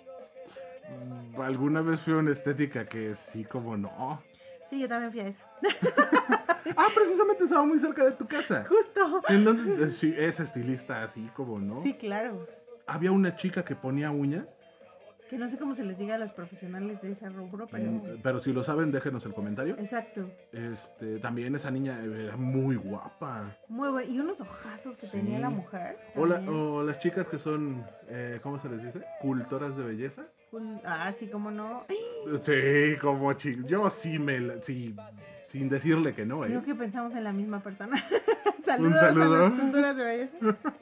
Speaker 2: Alguna vez fui a una estética que sí, como no.
Speaker 3: Sí, yo también fui a esa.
Speaker 2: Ah, precisamente estaba muy cerca de tu casa.
Speaker 3: Justo.
Speaker 2: Entonces, sí, es estilista así, como no.
Speaker 3: Sí, claro.
Speaker 2: Había una chica que ponía uñas.
Speaker 3: Que no sé cómo se les diga a las profesionales de ese rubro, pero...
Speaker 2: Pero si lo saben, déjenos el comentario.
Speaker 3: Exacto.
Speaker 2: También esa niña era muy guapa.
Speaker 3: Muy bueno. Y unos ojazos que
Speaker 2: Sí.
Speaker 3: tenía la mujer.
Speaker 2: O las chicas que son, ¿cómo se les dice? Cultoras de belleza.
Speaker 3: Sí, cómo no.
Speaker 2: Sí, como yo sí sí, sin decirle que no,
Speaker 3: Creo que pensamos en la misma persona.
Speaker 2: Un
Speaker 3: Saludos
Speaker 2: saludo.
Speaker 3: a las culturas de belleza.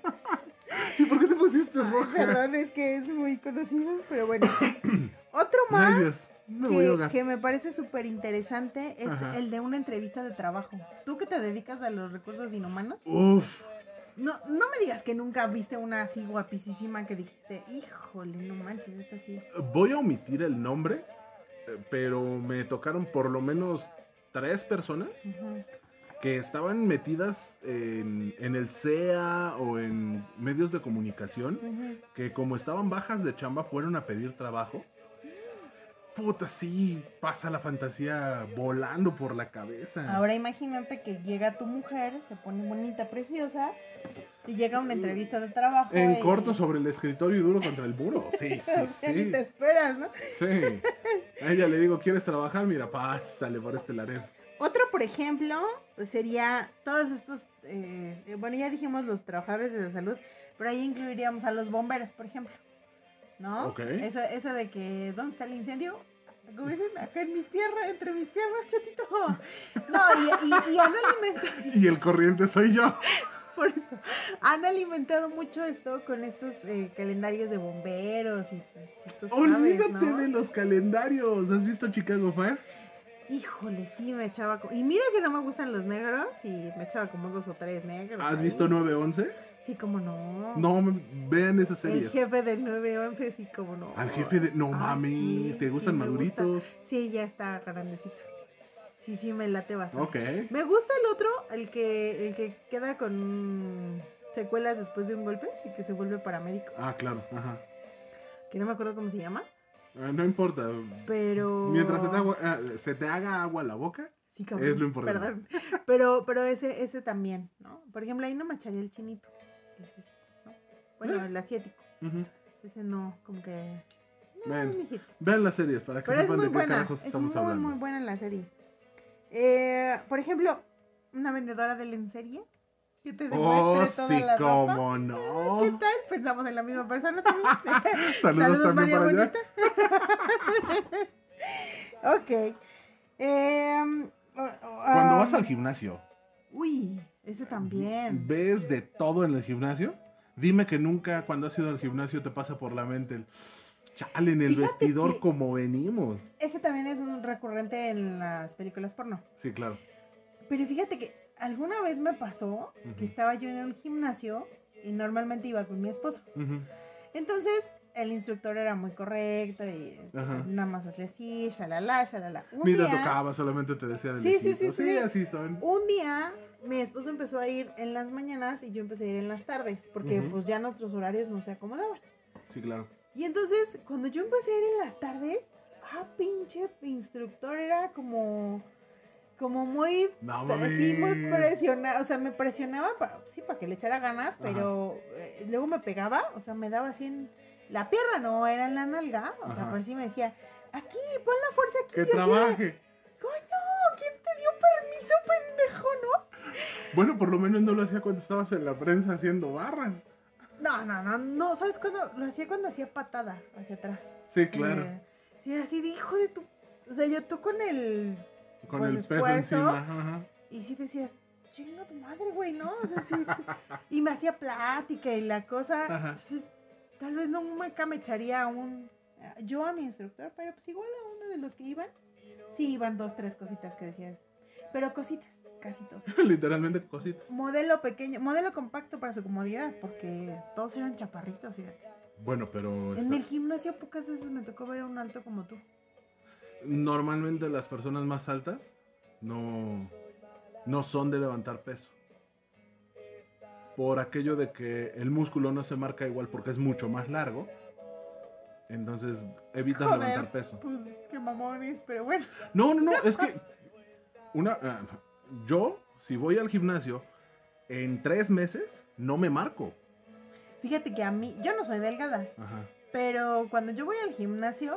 Speaker 2: ¿Y por qué te pusiste
Speaker 3: Ay,
Speaker 2: roja?
Speaker 3: perdón, es que es muy conocido, pero bueno. Otro más
Speaker 2: Ay, Dios, me voy a ahogar.
Speaker 3: que me parece súper interesante es
Speaker 2: Ajá.
Speaker 3: el de una entrevista de trabajo. Tú que te dedicas a los recursos inhumanos,
Speaker 2: Uf,
Speaker 3: no me digas que nunca viste una así guapísima que dijiste, híjole, no manches, esta sí.
Speaker 2: voy a omitir el nombre, pero me tocaron por lo menos 3 personas
Speaker 3: Ujú.
Speaker 2: que estaban metidas en el CEA o en medios de comunicación,
Speaker 3: Ujú.
Speaker 2: que como estaban bajas de chamba fueron a pedir trabajo. Puta, sí, pasa la fantasía volando por la cabeza.
Speaker 3: Ahora imagínate que llega tu mujer, se pone bonita, preciosa, y llega a una entrevista de trabajo.
Speaker 2: En
Speaker 3: y...
Speaker 2: corto sobre el escritorio y duro contra el muro. Sí, sí,
Speaker 3: O sea, ni
Speaker 2: sí.
Speaker 3: te esperas, ¿no?
Speaker 2: Sí. A ella le digo, ¿quieres trabajar? Mira, pásale por este laredo.
Speaker 3: Otro, por ejemplo, pues sería todos estos, bueno, ya dijimos los trabajadores de la salud, pero ahí incluiríamos a los bomberos, por ejemplo, ¿no?
Speaker 2: Ok.
Speaker 3: Esa de que, ¿dónde está el incendio? Como dicen, acá en mis piernas, entre mis piernas, chatito. No, y han alimentado,
Speaker 2: Y el corriente soy yo.
Speaker 3: por eso, han alimentado mucho esto con estos calendarios de bomberos y tú sabes,
Speaker 2: Olvídate
Speaker 3: ¿no?
Speaker 2: de los calendarios. ¿Has visto Chicago Fire?
Speaker 3: Híjole, sí, me echaba... Y mira que no me gustan los negros y me echaba como 2 o 3 negros.
Speaker 2: ¿Has
Speaker 3: ahí.
Speaker 2: visto 911?
Speaker 3: Sí, como no.
Speaker 2: No, vean esas
Speaker 3: El
Speaker 2: series.
Speaker 3: jefe del 911, sí, como no.
Speaker 2: Al jefe de... No
Speaker 3: Ay,
Speaker 2: mami,
Speaker 3: sí,
Speaker 2: ¿te gustan
Speaker 3: sí, me gusta.
Speaker 2: maduritos?
Speaker 3: Sí, ya está grandecito. Sí, me late bastante.
Speaker 2: Ok.
Speaker 3: Me gusta el otro, el que queda con secuelas después de un golpe y que se vuelve paramédico.
Speaker 2: Ah, claro, ajá.
Speaker 3: Que no me acuerdo cómo se llama,
Speaker 2: No importa.
Speaker 3: pero...
Speaker 2: Mientras se te haga agua la boca,
Speaker 3: Sí, cabrón,
Speaker 2: es lo importante.
Speaker 3: Perdón. Pero ese también, ¿no? Por ejemplo, ahí no me echaría el chinito. Ese sí, ¿no? Bueno, el asiático.
Speaker 2: Ujú.
Speaker 3: Ese no, como que... No,
Speaker 2: Ven.
Speaker 3: mijito.
Speaker 2: Vean las series para que
Speaker 3: Pero es
Speaker 2: sepan
Speaker 3: muy
Speaker 2: de qué
Speaker 3: buena,
Speaker 2: carajos
Speaker 3: es
Speaker 2: estamos
Speaker 3: muy,
Speaker 2: hablando.
Speaker 3: muy buena la serie. Por ejemplo, una vendedora de lencería que te
Speaker 2: Oh,
Speaker 3: demuestre toda
Speaker 2: sí,
Speaker 3: la ropa.
Speaker 2: cómo
Speaker 3: ¿Qué
Speaker 2: no.
Speaker 3: tal? Pensamos en la misma persona también.
Speaker 2: Saludos también
Speaker 3: María
Speaker 2: para allá.
Speaker 3: Bonita. Ok.
Speaker 2: Cuando vas al gimnasio,
Speaker 3: Uy, ese también.
Speaker 2: ¿ves de todo en el gimnasio? Dime que nunca cuando has ido al gimnasio te pasa por la mente el... Chale, en el
Speaker 3: Fíjate
Speaker 2: vestidor
Speaker 3: que-
Speaker 2: como venimos.
Speaker 3: Ese también es un recurrente en las películas porno.
Speaker 2: Sí, claro.
Speaker 3: Pero fíjate que alguna vez me pasó que
Speaker 2: Ujú.
Speaker 3: estaba yo en un gimnasio y normalmente iba con mi esposo.
Speaker 2: Ujú.
Speaker 3: Entonces, el instructor era muy correcto y
Speaker 2: Ajá.
Speaker 3: nada más hazle así, shalala, shalala.
Speaker 2: Ni te tocaba, solamente te decía de
Speaker 3: Sí,
Speaker 2: lejito.
Speaker 3: sí.
Speaker 2: Así son.
Speaker 3: Un día mi esposo empezó a ir en las mañanas y yo empecé a ir en las tardes, porque
Speaker 2: Ujú.
Speaker 3: pues ya nuestros horarios no se acomodaban.
Speaker 2: Sí, claro.
Speaker 3: Y entonces, cuando yo empecé a ir en las tardes, pinche instructor era como muy,
Speaker 2: No
Speaker 3: sí, muy
Speaker 2: mames.
Speaker 3: presionado, o sea, me presionaba para que le echara ganas, pero luego me pegaba, o sea, me daba así en la pierna, no era en la nalga, o sea,
Speaker 2: Ajá.
Speaker 3: pero sí me decía, aquí, pon la fuerza aquí.
Speaker 2: Que
Speaker 3: Yo así de,
Speaker 2: trabaje.
Speaker 3: coño, ¿quién te dio permiso, pendejo, no?
Speaker 2: Bueno, por lo menos no lo hacía cuando estabas en la prensa haciendo barras.
Speaker 3: No, ¿sabes cuándo? Lo hacía cuando hacía patada hacia atrás.
Speaker 2: Sí, claro.
Speaker 3: Sí, era así de hijo de tu, o sea, tú con el
Speaker 2: Con
Speaker 3: pues,
Speaker 2: el peso
Speaker 3: esfuerzo,
Speaker 2: encima. Ajá.
Speaker 3: y sí decías, chinga tu madre, güey, ¿no? O sea, sí. Y me hacía plática y la cosa.
Speaker 2: Ajá.
Speaker 3: Entonces, tal vez nunca me echaría yo a mi instructor, pero pues igual a uno de los que iban, sí iban 2, 3 cositas que decías. Pero cositas, casi todo.
Speaker 2: Literalmente cositas.
Speaker 3: Modelo pequeño, modelo compacto para su comodidad, porque todos eran chaparritos, fíjate.
Speaker 2: Bueno, pero
Speaker 3: En el gimnasio pocas veces me tocó ver a un alto como tú.
Speaker 2: normalmente las personas más altas no son de levantar peso. Por aquello de que el músculo no se marca igual porque es mucho más largo. Entonces evitan
Speaker 3: Joder,
Speaker 2: levantar peso.
Speaker 3: Pues qué mamones, pero bueno.
Speaker 2: No, es que yo, si voy al gimnasio, en 3 meses no me marco.
Speaker 3: Fíjate que yo no soy delgada,
Speaker 2: Ajá.
Speaker 3: pero cuando yo voy al gimnasio,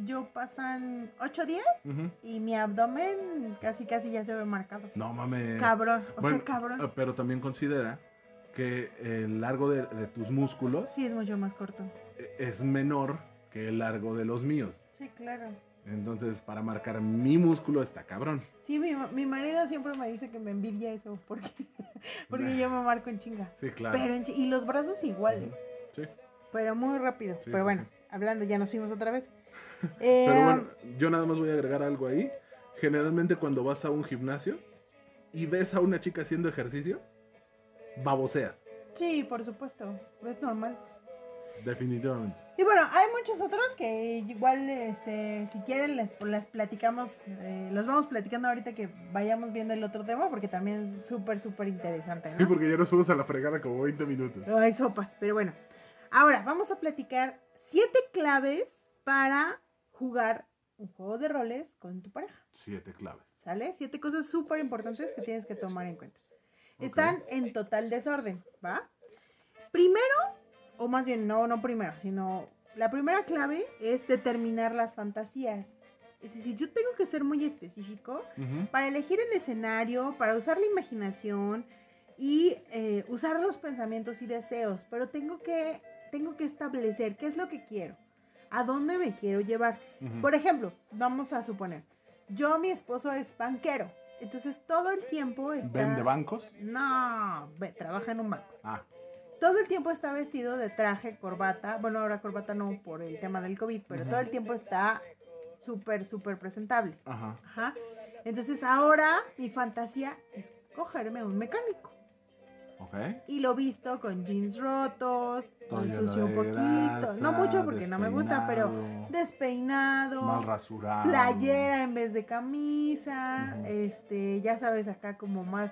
Speaker 3: pasan 8 días
Speaker 2: Ujú.
Speaker 3: y mi abdomen casi ya se ve marcado.
Speaker 2: No mames.
Speaker 3: Cabrón,
Speaker 2: Bueno,
Speaker 3: cabrón.
Speaker 2: pero también considera que el largo de tus músculos
Speaker 3: Sí, es mucho más corto.
Speaker 2: es menor que el largo de los míos.
Speaker 3: Sí, claro.
Speaker 2: Entonces, para marcar mi músculo está cabrón.
Speaker 3: Sí, mi marido siempre me dice que me envidia eso, porque yo me marco en chinga.
Speaker 2: Sí, claro.
Speaker 3: Pero y los brazos igual,
Speaker 2: Ujú. Sí.
Speaker 3: pero muy rápido.
Speaker 2: Sí,
Speaker 3: pero
Speaker 2: sí,
Speaker 3: bueno,
Speaker 2: sí.
Speaker 3: hablando, ya nos fuimos otra vez.
Speaker 2: Pero bueno, yo nada más voy a agregar algo ahí. Generalmente cuando vas a un gimnasio y ves a una chica haciendo ejercicio, baboseas.
Speaker 3: Sí, por supuesto, es normal.
Speaker 2: Definitivamente.
Speaker 3: Y bueno, hay muchos otros que igual, si quieren, les platicamos, los vamos platicando ahorita que vayamos viendo el otro tema, porque también es súper interesante, ¿no?
Speaker 2: Sí, porque ya nos fuimos a la fregada como 20 minutos.
Speaker 3: Ay, sopas, pero bueno. Ahora, vamos a platicar 7 claves para jugar un juego de roles con tu pareja.
Speaker 2: 7 claves.
Speaker 3: ¿Sale? 7 cosas súper importantes que tienes que tomar en cuenta.
Speaker 2: Ok.
Speaker 3: Están en total desorden, ¿va? Primero, o más bien, no primero, sino la primera clave es determinar las fantasías. Es decir, yo tengo que ser muy específico
Speaker 2: Ujú.
Speaker 3: para elegir el escenario, para usar la imaginación y usar los pensamientos y deseos, pero tengo que establecer qué es lo que quiero, a dónde me quiero llevar.
Speaker 2: Ujú.
Speaker 3: Por ejemplo, vamos a suponer, mi esposo es banquero, entonces todo el tiempo está...
Speaker 2: ¿Vende bancos?
Speaker 3: No, trabaja en un banco.
Speaker 2: Ah,
Speaker 3: Todo el tiempo está vestido de traje, corbata. Bueno, ahora corbata no por el tema del COVID, pero
Speaker 2: Ujú.
Speaker 3: todo el tiempo está súper presentable.
Speaker 2: ajá.
Speaker 3: Ajá. Entonces ahora mi fantasía es cogerme un mecánico.
Speaker 2: Ok.
Speaker 3: Y lo visto con jeans rotos,
Speaker 2: Todo lleno
Speaker 3: ensució un
Speaker 2: de
Speaker 3: poquito.
Speaker 2: grasa,
Speaker 3: No mucho porque no me gusta, pero
Speaker 2: despeinado,
Speaker 3: despeinado.
Speaker 2: mal rasurado.
Speaker 3: Playera en vez de camisa.
Speaker 2: Ujú.
Speaker 3: Ya sabes, acá como más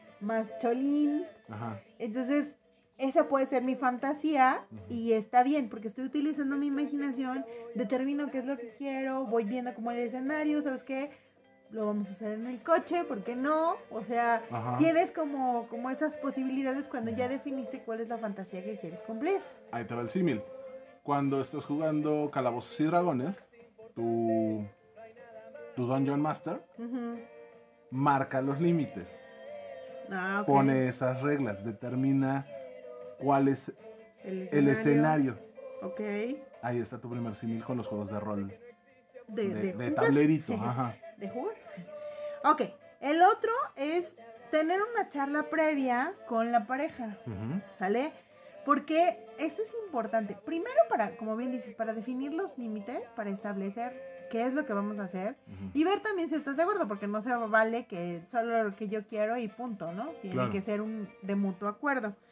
Speaker 3: cholín.
Speaker 2: Ajá.
Speaker 3: Entonces, esa puede ser mi fantasía
Speaker 2: Ujú.
Speaker 3: y está bien porque estoy utilizando mi imaginación, determino qué es lo que quiero, voy viendo como el escenario, ¿sabes qué? Lo vamos a hacer en el coche, ¿por qué no? O sea,
Speaker 2: Ajá.
Speaker 3: tienes como esas posibilidades cuando ya definiste cuál es la fantasía que quieres cumplir.
Speaker 2: Ahí te va el símil. Cuando estás jugando Calabozos y Dragones, tu Dungeon Master
Speaker 3: Ujú.
Speaker 2: marca los límites.
Speaker 3: Ah, ok.
Speaker 2: Pone esas reglas, determina cuál es el escenario.
Speaker 3: Ok.
Speaker 2: Ahí está tu primer símil con los juegos de rol.
Speaker 3: De
Speaker 2: De
Speaker 3: jugar.
Speaker 2: tablerito, ajá.
Speaker 3: De jugar. Ok. El otro es tener una charla previa con la pareja.
Speaker 2: Ujú.
Speaker 3: ¿Sale? Porque esto es importante. Primero como bien dices, para definir los límites, para establecer qué es lo que vamos a hacer
Speaker 2: Ujú.
Speaker 3: y ver también si estás de acuerdo, porque no se vale que solo lo que yo quiero y punto, ¿no? Tiene
Speaker 2: Claro.
Speaker 3: que ser de mutuo acuerdo.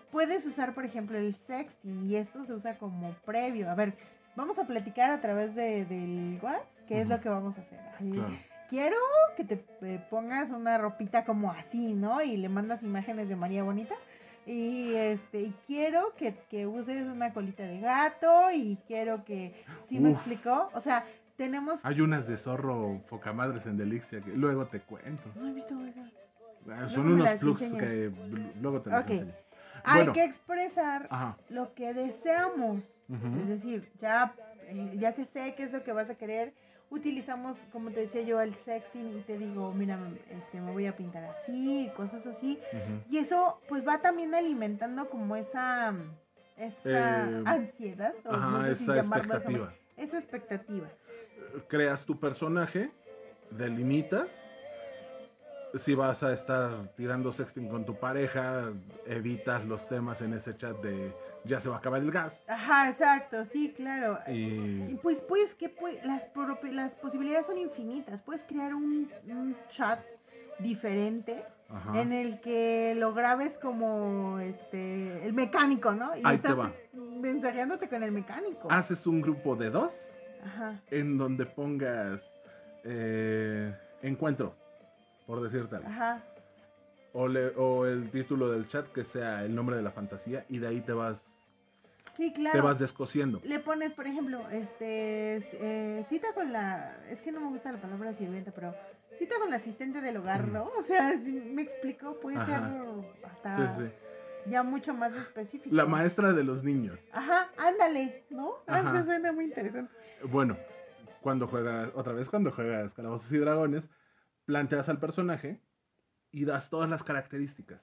Speaker 3: puedes usar, por ejemplo, el sexting y esto se usa como previo. A ver, vamos a platicar a través del WhatsApp qué es lo que vamos a hacer. Ay,
Speaker 2: Claro.
Speaker 3: quiero que te pongas una ropita como así, ¿no? Y le mandas imágenes de María Bonita. Y y quiero que uses una colita de gato y quiero que... ¿Sí me
Speaker 2: Uf.
Speaker 3: explicó? O sea, tenemos...
Speaker 2: Hay unas de zorro poca madres en Delixia que luego te cuento.
Speaker 3: No he visto esas.
Speaker 2: Son
Speaker 3: me
Speaker 2: unos
Speaker 3: las
Speaker 2: plugs
Speaker 3: enseñas.
Speaker 2: que luego te los
Speaker 3: Ok.
Speaker 2: enseño.
Speaker 3: Hay
Speaker 2: Bueno.
Speaker 3: que expresar
Speaker 2: Ajá.
Speaker 3: lo que deseamos.
Speaker 2: Ujú.
Speaker 3: Es decir, ya que sé qué es lo que vas a querer, utilizamos, como te decía yo, el sexting y te digo, mira, me voy a pintar así, cosas así.
Speaker 2: Ujú.
Speaker 3: Y eso pues va también alimentando como esa ansiedad, o
Speaker 2: Ajá,
Speaker 3: no sé si
Speaker 2: esa
Speaker 3: llamarlo de
Speaker 2: expectativa.
Speaker 3: esa expectativa.
Speaker 2: Creas tu personaje, delimitas. Si vas a estar tirando sexting con tu pareja, evitas los temas en ese chat de ya se va a acabar el gas.
Speaker 3: Ajá, exacto, sí, claro. Y
Speaker 2: Y
Speaker 3: pues, las posibilidades son infinitas. Puedes crear un chat diferente
Speaker 2: ajá,
Speaker 3: en el que lo grabes como el mecánico, ¿no? Y
Speaker 2: ahí te
Speaker 3: estás
Speaker 2: va.
Speaker 3: mensajeándote con el mecánico.
Speaker 2: Haces un grupo de 2
Speaker 3: Ajá.
Speaker 2: en donde pongas encuentro, por decir tal.
Speaker 3: Ajá.
Speaker 2: O el título del chat que sea el nombre de la fantasía y de ahí te vas
Speaker 3: Sí,
Speaker 2: te
Speaker 3: claro.
Speaker 2: vas descosiendo.
Speaker 3: Le pones, por ejemplo, cita con es que no me gusta la palabra sirvienta, pero cita con la asistente del hogar, ¿no? O sea, si me explico, puede ser
Speaker 2: Ajá.
Speaker 3: hasta
Speaker 2: Sí, sí.
Speaker 3: ya mucho más específico.
Speaker 2: La maestra de los niños.
Speaker 3: Ajá, ándale, ¿no?
Speaker 2: Ajá.
Speaker 3: Eso suena muy interesante.
Speaker 2: Bueno, cuando juegas Calabozos y Dragones, planteas al personaje y das todas las características.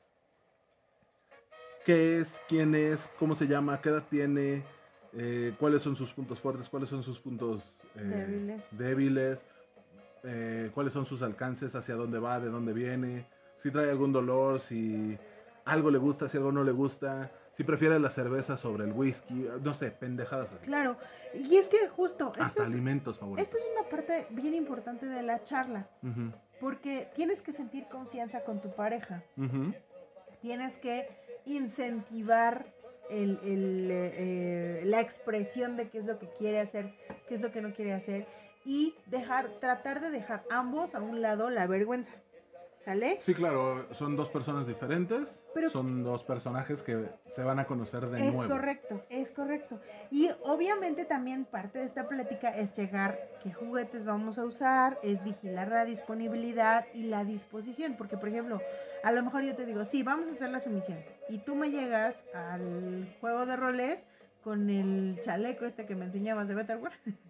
Speaker 2: ¿Qué es? ¿Quién es? ¿Cómo se llama? ¿Qué edad tiene? ¿Cuáles son sus puntos fuertes? ¿Cuáles son sus puntos débiles? ¿Cuáles son sus alcances? ¿Hacia dónde va? ¿De dónde viene? Si trae algún dolor, si algo le gusta, si algo no le gusta, si prefiere la cerveza sobre el whisky, no sé, pendejadas así.
Speaker 3: Claro, y es que justo...
Speaker 2: Hasta alimentos favoritos.
Speaker 3: Esto es una parte bien importante de la charla,
Speaker 2: Uh-huh.
Speaker 3: porque tienes que sentir confianza con tu pareja.
Speaker 2: Uh-huh.
Speaker 3: Tienes que incentivar la expresión de qué es lo que quiere hacer, qué es lo que no quiere hacer, y tratar de dejar ambos a un lado la vergüenza. ¿Sale?
Speaker 2: Sí, claro, son dos personas diferentes,
Speaker 3: pero
Speaker 2: son dos personajes que se van a conocer de nuevo.
Speaker 3: Es correcto. Y obviamente también parte de esta plática es checar qué juguetes vamos a usar, es vigilar la disponibilidad y la disposición, porque por ejemplo, a lo mejor yo te digo, sí, vamos a hacer la sumisión, y tú me llegas al juego de roles con el chaleco que me enseñabas de Betterware,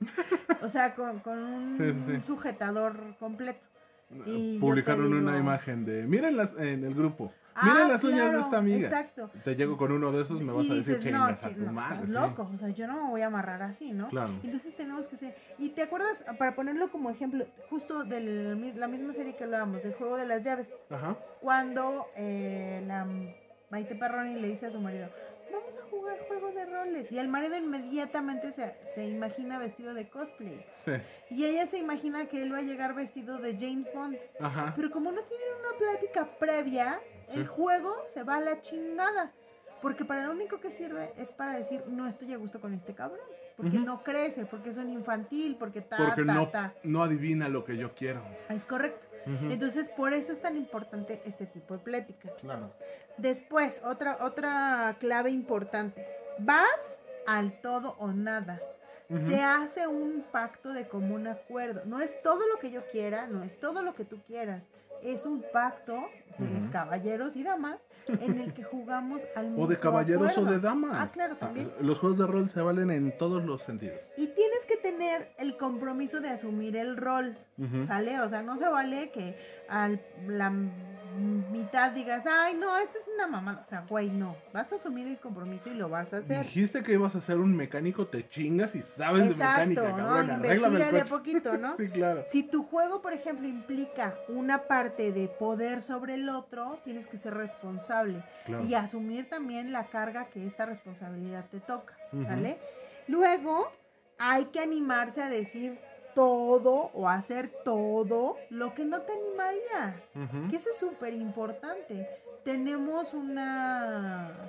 Speaker 3: o sea, con un sujetador completo. Y
Speaker 2: publicaron una imagen de mírenlas en el grupo, miren las uñas de esta amiga.
Speaker 3: Exacto.
Speaker 2: Te llego con uno de esos, me vas a decir que
Speaker 3: no,
Speaker 2: a tu madre.
Speaker 3: Estás loco, o sea, yo no me voy a amarrar así, ¿no?
Speaker 2: Claro.
Speaker 3: Entonces tenemos que ser, y te acuerdas, para ponerlo como ejemplo, justo de la misma serie que hablábamos, del juego de las llaves.
Speaker 2: Ajá.
Speaker 3: Cuando la Maite Perroni le dice a su marido, vamos a jugar juego de roles, y el marido inmediatamente se imagina vestido de cosplay.
Speaker 2: Sí.
Speaker 3: Y ella se imagina que él va a llegar vestido de James Bond.
Speaker 2: Ajá.
Speaker 3: Pero como no tienen una plática previa, el juego se va a la chingada. Porque para lo único que sirve es para decir, no estoy a gusto con este cabrón. Porque no crece, porque es un infantil, porque
Speaker 2: no adivina lo que yo quiero.
Speaker 3: Es correcto. Entonces, por eso es tan importante este tipo de pláticas.
Speaker 2: Claro.
Speaker 3: Después, otra clave importante. Vas al todo o nada. Se hace un pacto de común acuerdo. No es todo lo que yo quiera, no es todo lo que tú quieras. Es un pacto de caballeros y damas en el que jugamos al mismo
Speaker 2: O de caballeros
Speaker 3: acuerdo.
Speaker 2: o de damas.
Speaker 3: Ah, claro, también.
Speaker 2: Los juegos de rol se valen en todos los sentidos.
Speaker 3: Y tienes que tener el compromiso de asumir el rol, ¿sale? O sea, no se vale que la mitad digas, ay, no, esto es una mamada. O sea, güey, no. Vas a asumir el compromiso y lo vas a hacer.
Speaker 2: Dijiste que ibas a ser un mecánico, te chingas y sabes de mecánica, cabrón. Arréglame el coche.
Speaker 3: Poquito, ¿no?
Speaker 2: Sí, claro.
Speaker 3: Si tu juego, por ejemplo, implica una parte de poder sobre el otro, tienes que ser responsable.
Speaker 2: Claro.
Speaker 3: Y asumir también la carga que esta responsabilidad te toca, ¿sale? Luego, hay que animarse a decir todo o hacer todo lo que no te animarías, que eso es súper importante. Tenemos una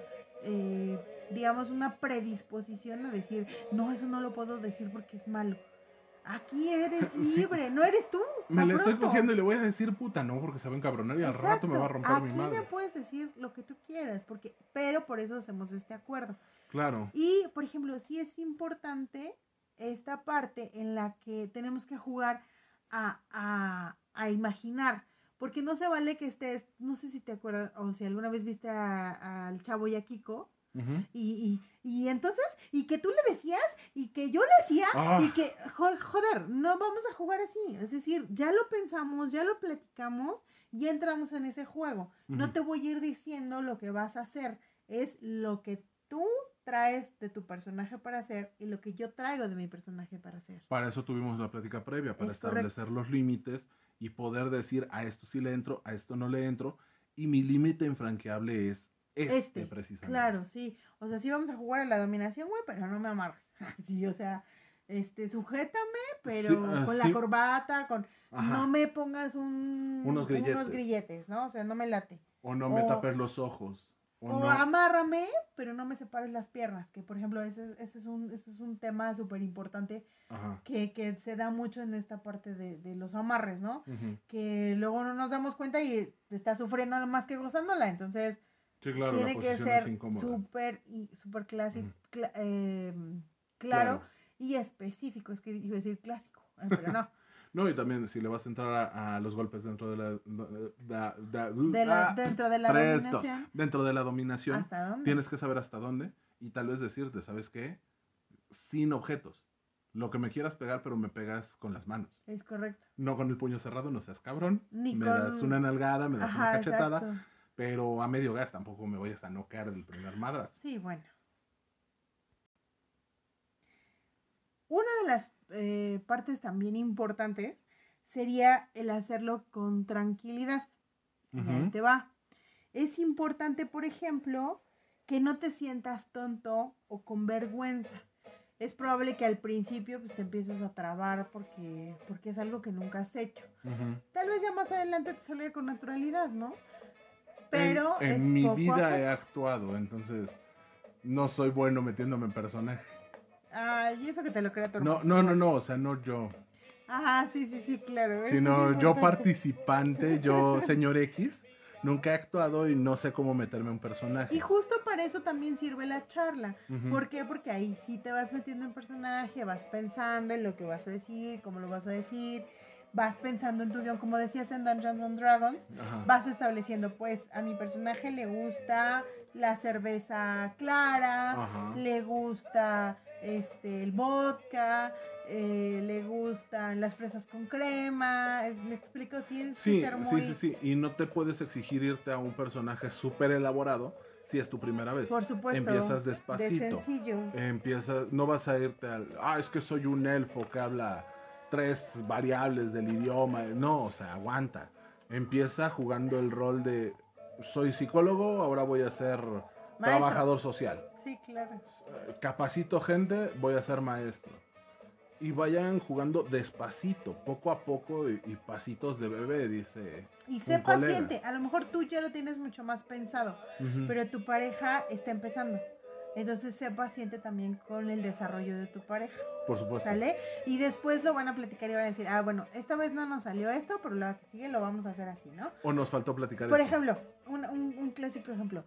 Speaker 3: digamos, una predisposición a decir, no, eso no lo puedo decir porque es malo. Aquí eres libre, sí. No eres tú.
Speaker 2: Me la estoy cogiendo y le voy a decir puta, no, porque se va a encabronar y al rato me va a romper mi madre.
Speaker 3: Aquí me puedes decir lo que tú quieras, pero por eso hacemos este acuerdo.
Speaker 2: Claro.
Speaker 3: Y, por ejemplo, sí es importante esta parte en la que tenemos que jugar a imaginar, porque no se vale que estés, no sé si te acuerdas, o si alguna vez viste al Chavo y a Kiko, y entonces, y que tú le decías, y que yo le decía, y que, joder, no vamos a jugar así, es decir, ya lo pensamos, ya lo platicamos, y entramos en ese juego. No te voy a ir diciendo lo que vas a hacer, es lo que tú traes de tu personaje para hacer y lo que yo traigo de mi personaje para hacer.
Speaker 2: Para eso tuvimos la plática previa, para establecer los límites y poder decir a esto sí le entro, a esto no le entro, y mi límite infranqueable es este precisamente.
Speaker 3: Claro, sí. O sea, sí vamos a jugar a la dominación, güey, pero no me amarres. Sí, o sea, sujétame, pero sí, con la corbata, no me pongas unos grilletes, ¿no? O sea, no me late.
Speaker 2: O no me tapes los ojos.
Speaker 3: O no. Amárrame, pero no me separes las piernas, que por ejemplo ese es un tema súper importante que se da mucho en esta parte de los amarres, ¿no? Que luego no nos damos cuenta y está sufriendo más que gozándola, entonces
Speaker 2: sí, claro,
Speaker 3: tiene que ser súper clásico, claro y específico, es que iba a decir clásico, pero no.
Speaker 2: No, y también si le vas a entrar a los golpes dentro de la dominación,
Speaker 3: ¿hasta dónde?
Speaker 2: Tienes que saber hasta dónde y tal vez decirte, ¿sabes qué? Sin objetos. Lo que me quieras pegar, pero me pegas con las manos.
Speaker 3: Es correcto.
Speaker 2: No con el puño cerrado, no seas cabrón.
Speaker 3: Me
Speaker 2: das una nalgada, me das una cachetada,
Speaker 3: exacto.
Speaker 2: Pero a medio gas tampoco me vayas a noquear del primer madrazo.
Speaker 3: Sí, bueno. Una de las partes también importantes sería el hacerlo con tranquilidad. Y ahí te va. Es importante, por ejemplo, que no te sientas tonto o con vergüenza. Es probable que al principio pues, te empieces a trabar porque es algo que nunca has hecho. Tal vez ya más adelante te salga con naturalidad, ¿no? Pero
Speaker 2: en mi vida he actuado, entonces no soy bueno metiéndome en personaje.
Speaker 3: Y eso que te lo crea tu
Speaker 2: hermano. No, o sea, no yo.
Speaker 3: Sí, claro.
Speaker 2: Sino yo participante, yo señor X, nunca he actuado y no sé cómo meterme en un personaje.
Speaker 3: Y justo para eso también sirve la charla. ¿Por qué? Porque ahí sí te vas metiendo en personaje, vas pensando en lo que vas a decir, cómo lo vas a decir, vas pensando en tu guión, como decías en Dungeons and Dragons, vas estableciendo, pues, a mi personaje le gusta la cerveza clara, le gusta el vodka, le gustan las fresas con crema, me explico, tienes que ser muy...
Speaker 2: Sí, y no te puedes exigir irte a un personaje súper elaborado si es tu primera vez.
Speaker 3: Por supuesto.
Speaker 2: Empiezas despacito.
Speaker 3: De sencillo.
Speaker 2: No vas a irte es que soy un elfo que habla 3 variables del idioma. No, o sea, aguanta. Empieza jugando el rol de soy psicólogo, ahora voy a ser trabajador social.
Speaker 3: Sí, claro.
Speaker 2: Capacito gente, voy a ser maestro. Y vayan jugando despacito, poco a poco y pasitos de bebé, dice.
Speaker 3: Y sé paciente, a lo mejor tú ya lo tienes mucho más pensado, pero tu pareja está empezando. Entonces sé paciente también con el desarrollo de tu pareja.
Speaker 2: Por supuesto.
Speaker 3: ¿Sale? Y después lo van a platicar y van a decir, bueno, esta vez no nos salió esto, pero la que sigue lo vamos a hacer así, ¿no?
Speaker 2: O nos faltó platicar
Speaker 3: Por ejemplo, un clásico ejemplo.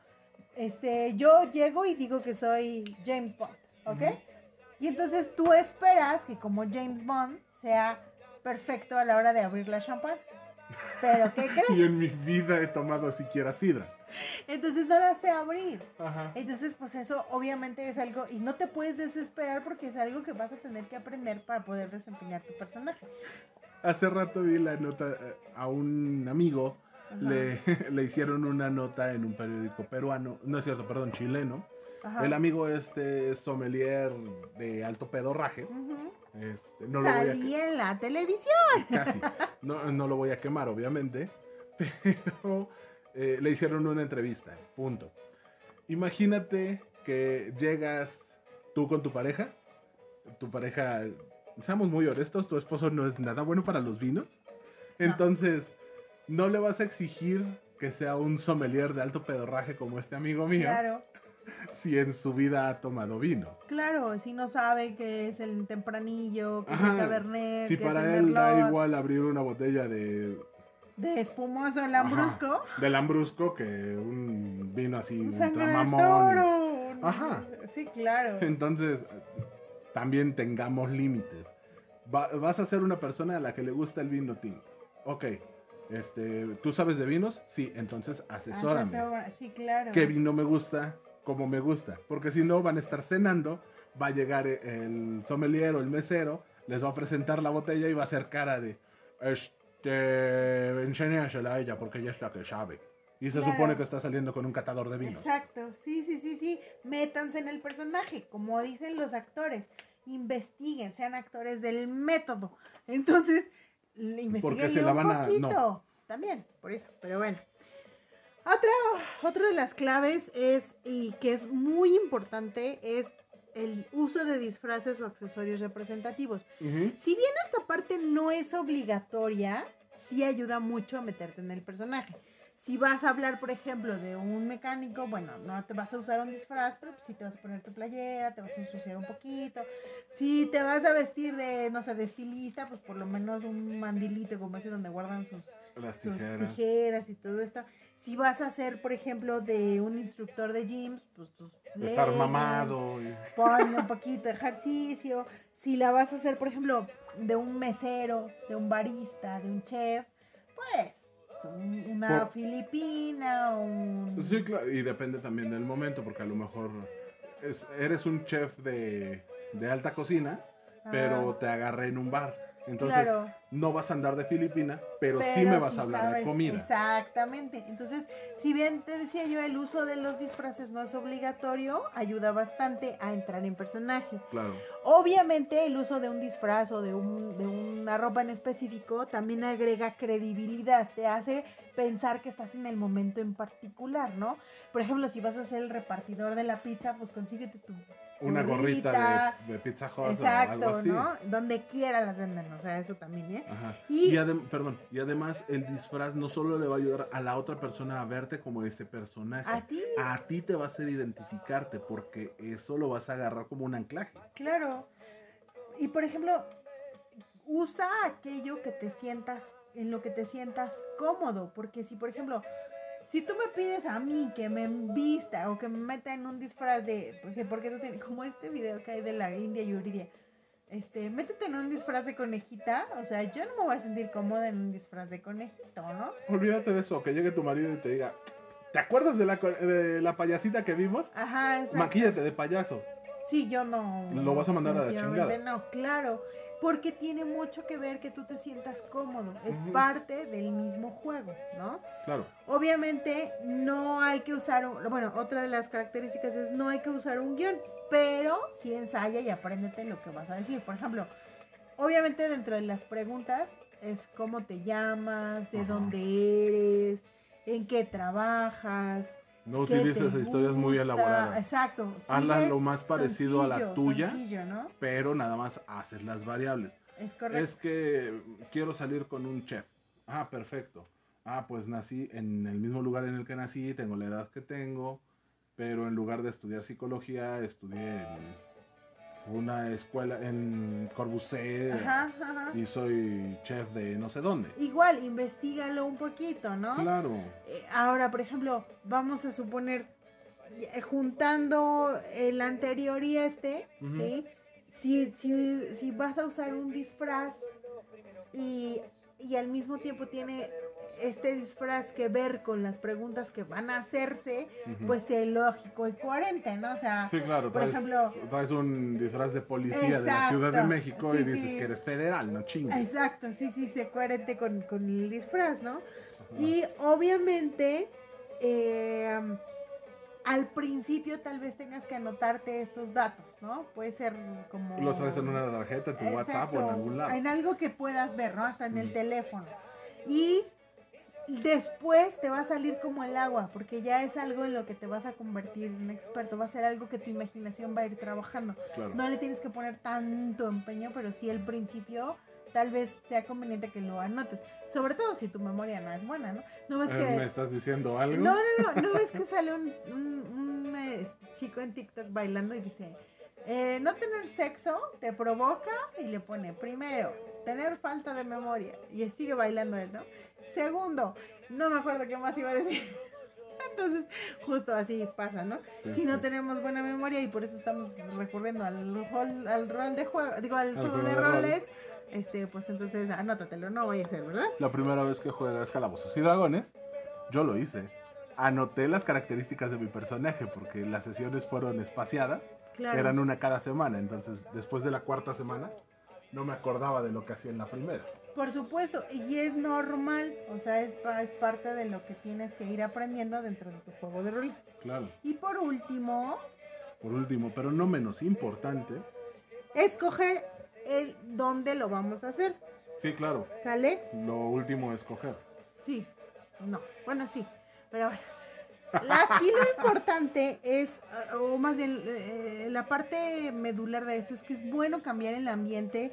Speaker 3: Yo llego y digo que soy James Bond, ¿ok? Y entonces tú esperas que como James Bond sea perfecto a la hora de abrir la champán. ¿Pero qué crees?
Speaker 2: Y en mi vida he tomado siquiera sidra.
Speaker 3: Entonces no la sé abrir. Entonces pues eso obviamente es algo, y no te puedes desesperar porque es algo que vas a tener que aprender para poder desempeñar tu personaje.
Speaker 2: Hace rato vi la nota a un amigo, le hicieron una nota en un periódico peruano, no es cierto, perdón, chileno. El amigo es sommelier de alto pedorraje.
Speaker 3: Salí en la televisión.
Speaker 2: Casi. No lo voy a quemar, obviamente. Pero le hicieron una entrevista. Punto. Imagínate que llegas tú con tu pareja. Tu pareja, seamos muy honestos, tu esposo no es nada bueno para los vinos. Entonces, no le vas a exigir que sea un sommelier de alto pedorraje como este amigo mío.
Speaker 3: Claro.
Speaker 2: si en su vida ha tomado vino.
Speaker 3: Claro, si no sabe que es el tempranillo, que es
Speaker 2: Ajá,
Speaker 3: el cabernet,
Speaker 2: si
Speaker 3: que es
Speaker 2: para
Speaker 3: el
Speaker 2: él da
Speaker 3: merlot,
Speaker 2: igual abrir una botella de
Speaker 3: espumoso lambrusco,
Speaker 2: ajá, de lambrusco que un vino así
Speaker 3: un
Speaker 2: ultra
Speaker 3: sangre de
Speaker 2: mamón.
Speaker 3: toro.
Speaker 2: Ajá.
Speaker 3: Sí, claro.
Speaker 2: Entonces, también tengamos límites. Vas a ser una persona a la que le gusta el vino tinto. Ok, ¿tú sabes de vinos? Sí, entonces asesórame.
Speaker 3: Sí, claro.
Speaker 2: ¿Qué vino me gusta? ¿Cómo me gusta? Porque si no, van a estar cenando, va a llegar el sommelier o el mesero, les va a presentar la botella y va a hacer cara de, enséñasela a ella porque ella es la que sabe. Y se
Speaker 3: Claro.
Speaker 2: supone que está saliendo con un catador de vinos.
Speaker 3: Exacto, sí. Métanse en el personaje, como dicen los actores. Investiguen, sean actores del método. Entonces, investiguen
Speaker 2: se la van
Speaker 3: un poquito.
Speaker 2: no.
Speaker 3: También, por eso, pero bueno. Otra de las claves y que es muy importante, es el uso de disfraces o accesorios representativos.
Speaker 2: Uh-huh.
Speaker 3: Si bien esta parte no es obligatoria, sí ayuda mucho a meterte en el personaje. Si vas a hablar, por ejemplo, de un mecánico, bueno, no te vas a usar un disfraz, pero pues sí te vas a poner tu playera, te vas a ensuciar un poquito. Si te vas a vestir de, no sé, de estilista, pues por lo menos un mandilito como ese donde guardan sus tijeras y todo esto. Si vas a ser, por ejemplo, de un instructor de gyms, pues tus
Speaker 2: estar mamado.
Speaker 3: Pon un poquito de ejercicio. Si la vas a hacer, por ejemplo, de un mesero, de un barista, de un chef, pues una filipina o un...
Speaker 2: Sí, claro, y depende también del momento, porque a lo mejor eres un chef de alta cocina, pero te agarré en un bar. Entonces, claro, no vas a andar de filipina, pero sí me vas a hablar de comida.
Speaker 3: Exactamente. Entonces, si bien te decía yo, el uso de los disfraces no es obligatorio, ayuda bastante a entrar en personaje.
Speaker 2: Claro.
Speaker 3: Obviamente, el uso de un disfraz o de una ropa en específico también agrega credibilidad, te hace pensar que estás en el momento en particular, ¿no? Por ejemplo, si vas a ser el repartidor de la pizza, pues consíguete tu
Speaker 2: una gorrita de Pizza Hut.
Speaker 3: Exacto,
Speaker 2: o algo así.
Speaker 3: ¿no? Donde quiera las venden, o sea, eso también, ¿eh?
Speaker 2: Ajá. Y además el disfraz no solo le va a ayudar a la otra persona a verte como ese personaje. A ti te va a hacer identificarte, porque eso lo vas a agarrar como un anclaje.
Speaker 3: Claro. Y por ejemplo, usa aquello que te sientas, en lo que te sientas cómodo, porque si por ejemplo, si tú me pides a mí que me vista o que me meta en un disfraz de... Porque tú tienes... Como este video que hay de la India Yuridia. Métete en un disfraz de conejita. O sea, yo no me voy a sentir cómoda en un disfraz de conejito, ¿no?
Speaker 2: Olvídate de eso. Que llegue tu marido y te diga... ¿Te acuerdas de la payasita que vimos?
Speaker 3: Ajá, exacto.
Speaker 2: Maquíllate de payaso.
Speaker 3: Sí, yo no...
Speaker 2: Lo vas a mandar a la chingada.
Speaker 3: No, claro. Porque tiene mucho que ver que tú te sientas cómodo. Es parte del mismo juego, ¿no?
Speaker 2: Claro.
Speaker 3: Obviamente no hay que usar... Bueno, otra de las características es no hay que usar un guión, pero sí ensaya y apréndete lo que vas a decir. Por ejemplo, obviamente dentro de las preguntas es cómo te llamas, de dónde eres, en qué trabajas...
Speaker 2: No utilices historias muy elaboradas.
Speaker 3: Exacto.
Speaker 2: Hazlas lo más parecido a la tuya,
Speaker 3: ¿no?
Speaker 2: pero nada más haces las variables.
Speaker 3: Es correcto.
Speaker 2: Es que quiero salir con un chef. Ah, perfecto. Ah, pues nací en el mismo lugar en el que nací, tengo la edad que tengo, pero en lugar de estudiar psicología, estudié en una escuela en Corbusier.
Speaker 3: Ajá.
Speaker 2: Y soy chef de no sé dónde.
Speaker 3: Igual, investígalo un poquito, ¿no?
Speaker 2: Claro.
Speaker 3: Ahora, por ejemplo, vamos a suponer, juntando el anterior y ¿sí? Si vas a usar un disfraz y al mismo tiempo tiene este disfraz que ver con las preguntas que van a hacerse, pues es lógico y coherente, ¿no? O sea,
Speaker 2: sí, claro,
Speaker 3: por ejemplo,
Speaker 2: traes un disfraz de policía de la Ciudad de México y dices que eres federal, no chingues.
Speaker 3: Exacto, sí, sé coherente con el disfraz, ¿no? Ajá. Y obviamente, al principio tal vez tengas que anotarte estos datos, ¿no? Puede ser como...
Speaker 2: Los traes en una tarjeta, en tu WhatsApp o en algún lado.
Speaker 3: En algo que puedas ver, ¿no? Hasta en el teléfono. Y después te va a salir como el agua, porque ya es algo en lo que te vas a convertir en un experto, va a ser algo que tu imaginación va a ir trabajando.
Speaker 2: Claro.
Speaker 3: No le tienes que poner tanto empeño, pero sí al principio tal vez sea conveniente que lo anotes, sobre todo si tu memoria no es buena, ¿no? ¿No ves que...
Speaker 2: ¿Me estás diciendo algo?
Speaker 3: No ves que sale un chico en TikTok bailando y dice, no tener sexo te provoca, y le pone, primero, tener falta de memoria, y sigue bailando él, ¿no? Segundo, no me acuerdo qué más iba a decir. Entonces, justo así pasa, ¿no?
Speaker 2: Sí,
Speaker 3: si no
Speaker 2: sí.
Speaker 3: tenemos buena memoria, y por eso estamos recurriendo al rol de juego, digo, al juego de
Speaker 2: juego de rol.
Speaker 3: roles, pues entonces anótatelo, no vaya a ser, ¿verdad?
Speaker 2: La primera vez que juegas Calabozos y Dragones, yo lo hice. Anoté las características de mi personaje porque las sesiones fueron espaciadas.
Speaker 3: Claro.
Speaker 2: Eran una cada semana, entonces después de la cuarta semana no me acordaba de lo que hacía en la primera.
Speaker 3: Por supuesto, y es normal, o sea, es parte de lo que tienes que ir aprendiendo dentro de tu juego de roles.
Speaker 2: Claro.
Speaker 3: Y por último,
Speaker 2: Pero no menos importante.
Speaker 3: escoger el dónde lo vamos a hacer.
Speaker 2: Sí, claro.
Speaker 3: ¿Sale?
Speaker 2: Lo último es escoger.
Speaker 3: Sí. No. Bueno, sí. Pero bueno. Aquí lo importante es, o más bien, la parte medular de esto es que es bueno cambiar el ambiente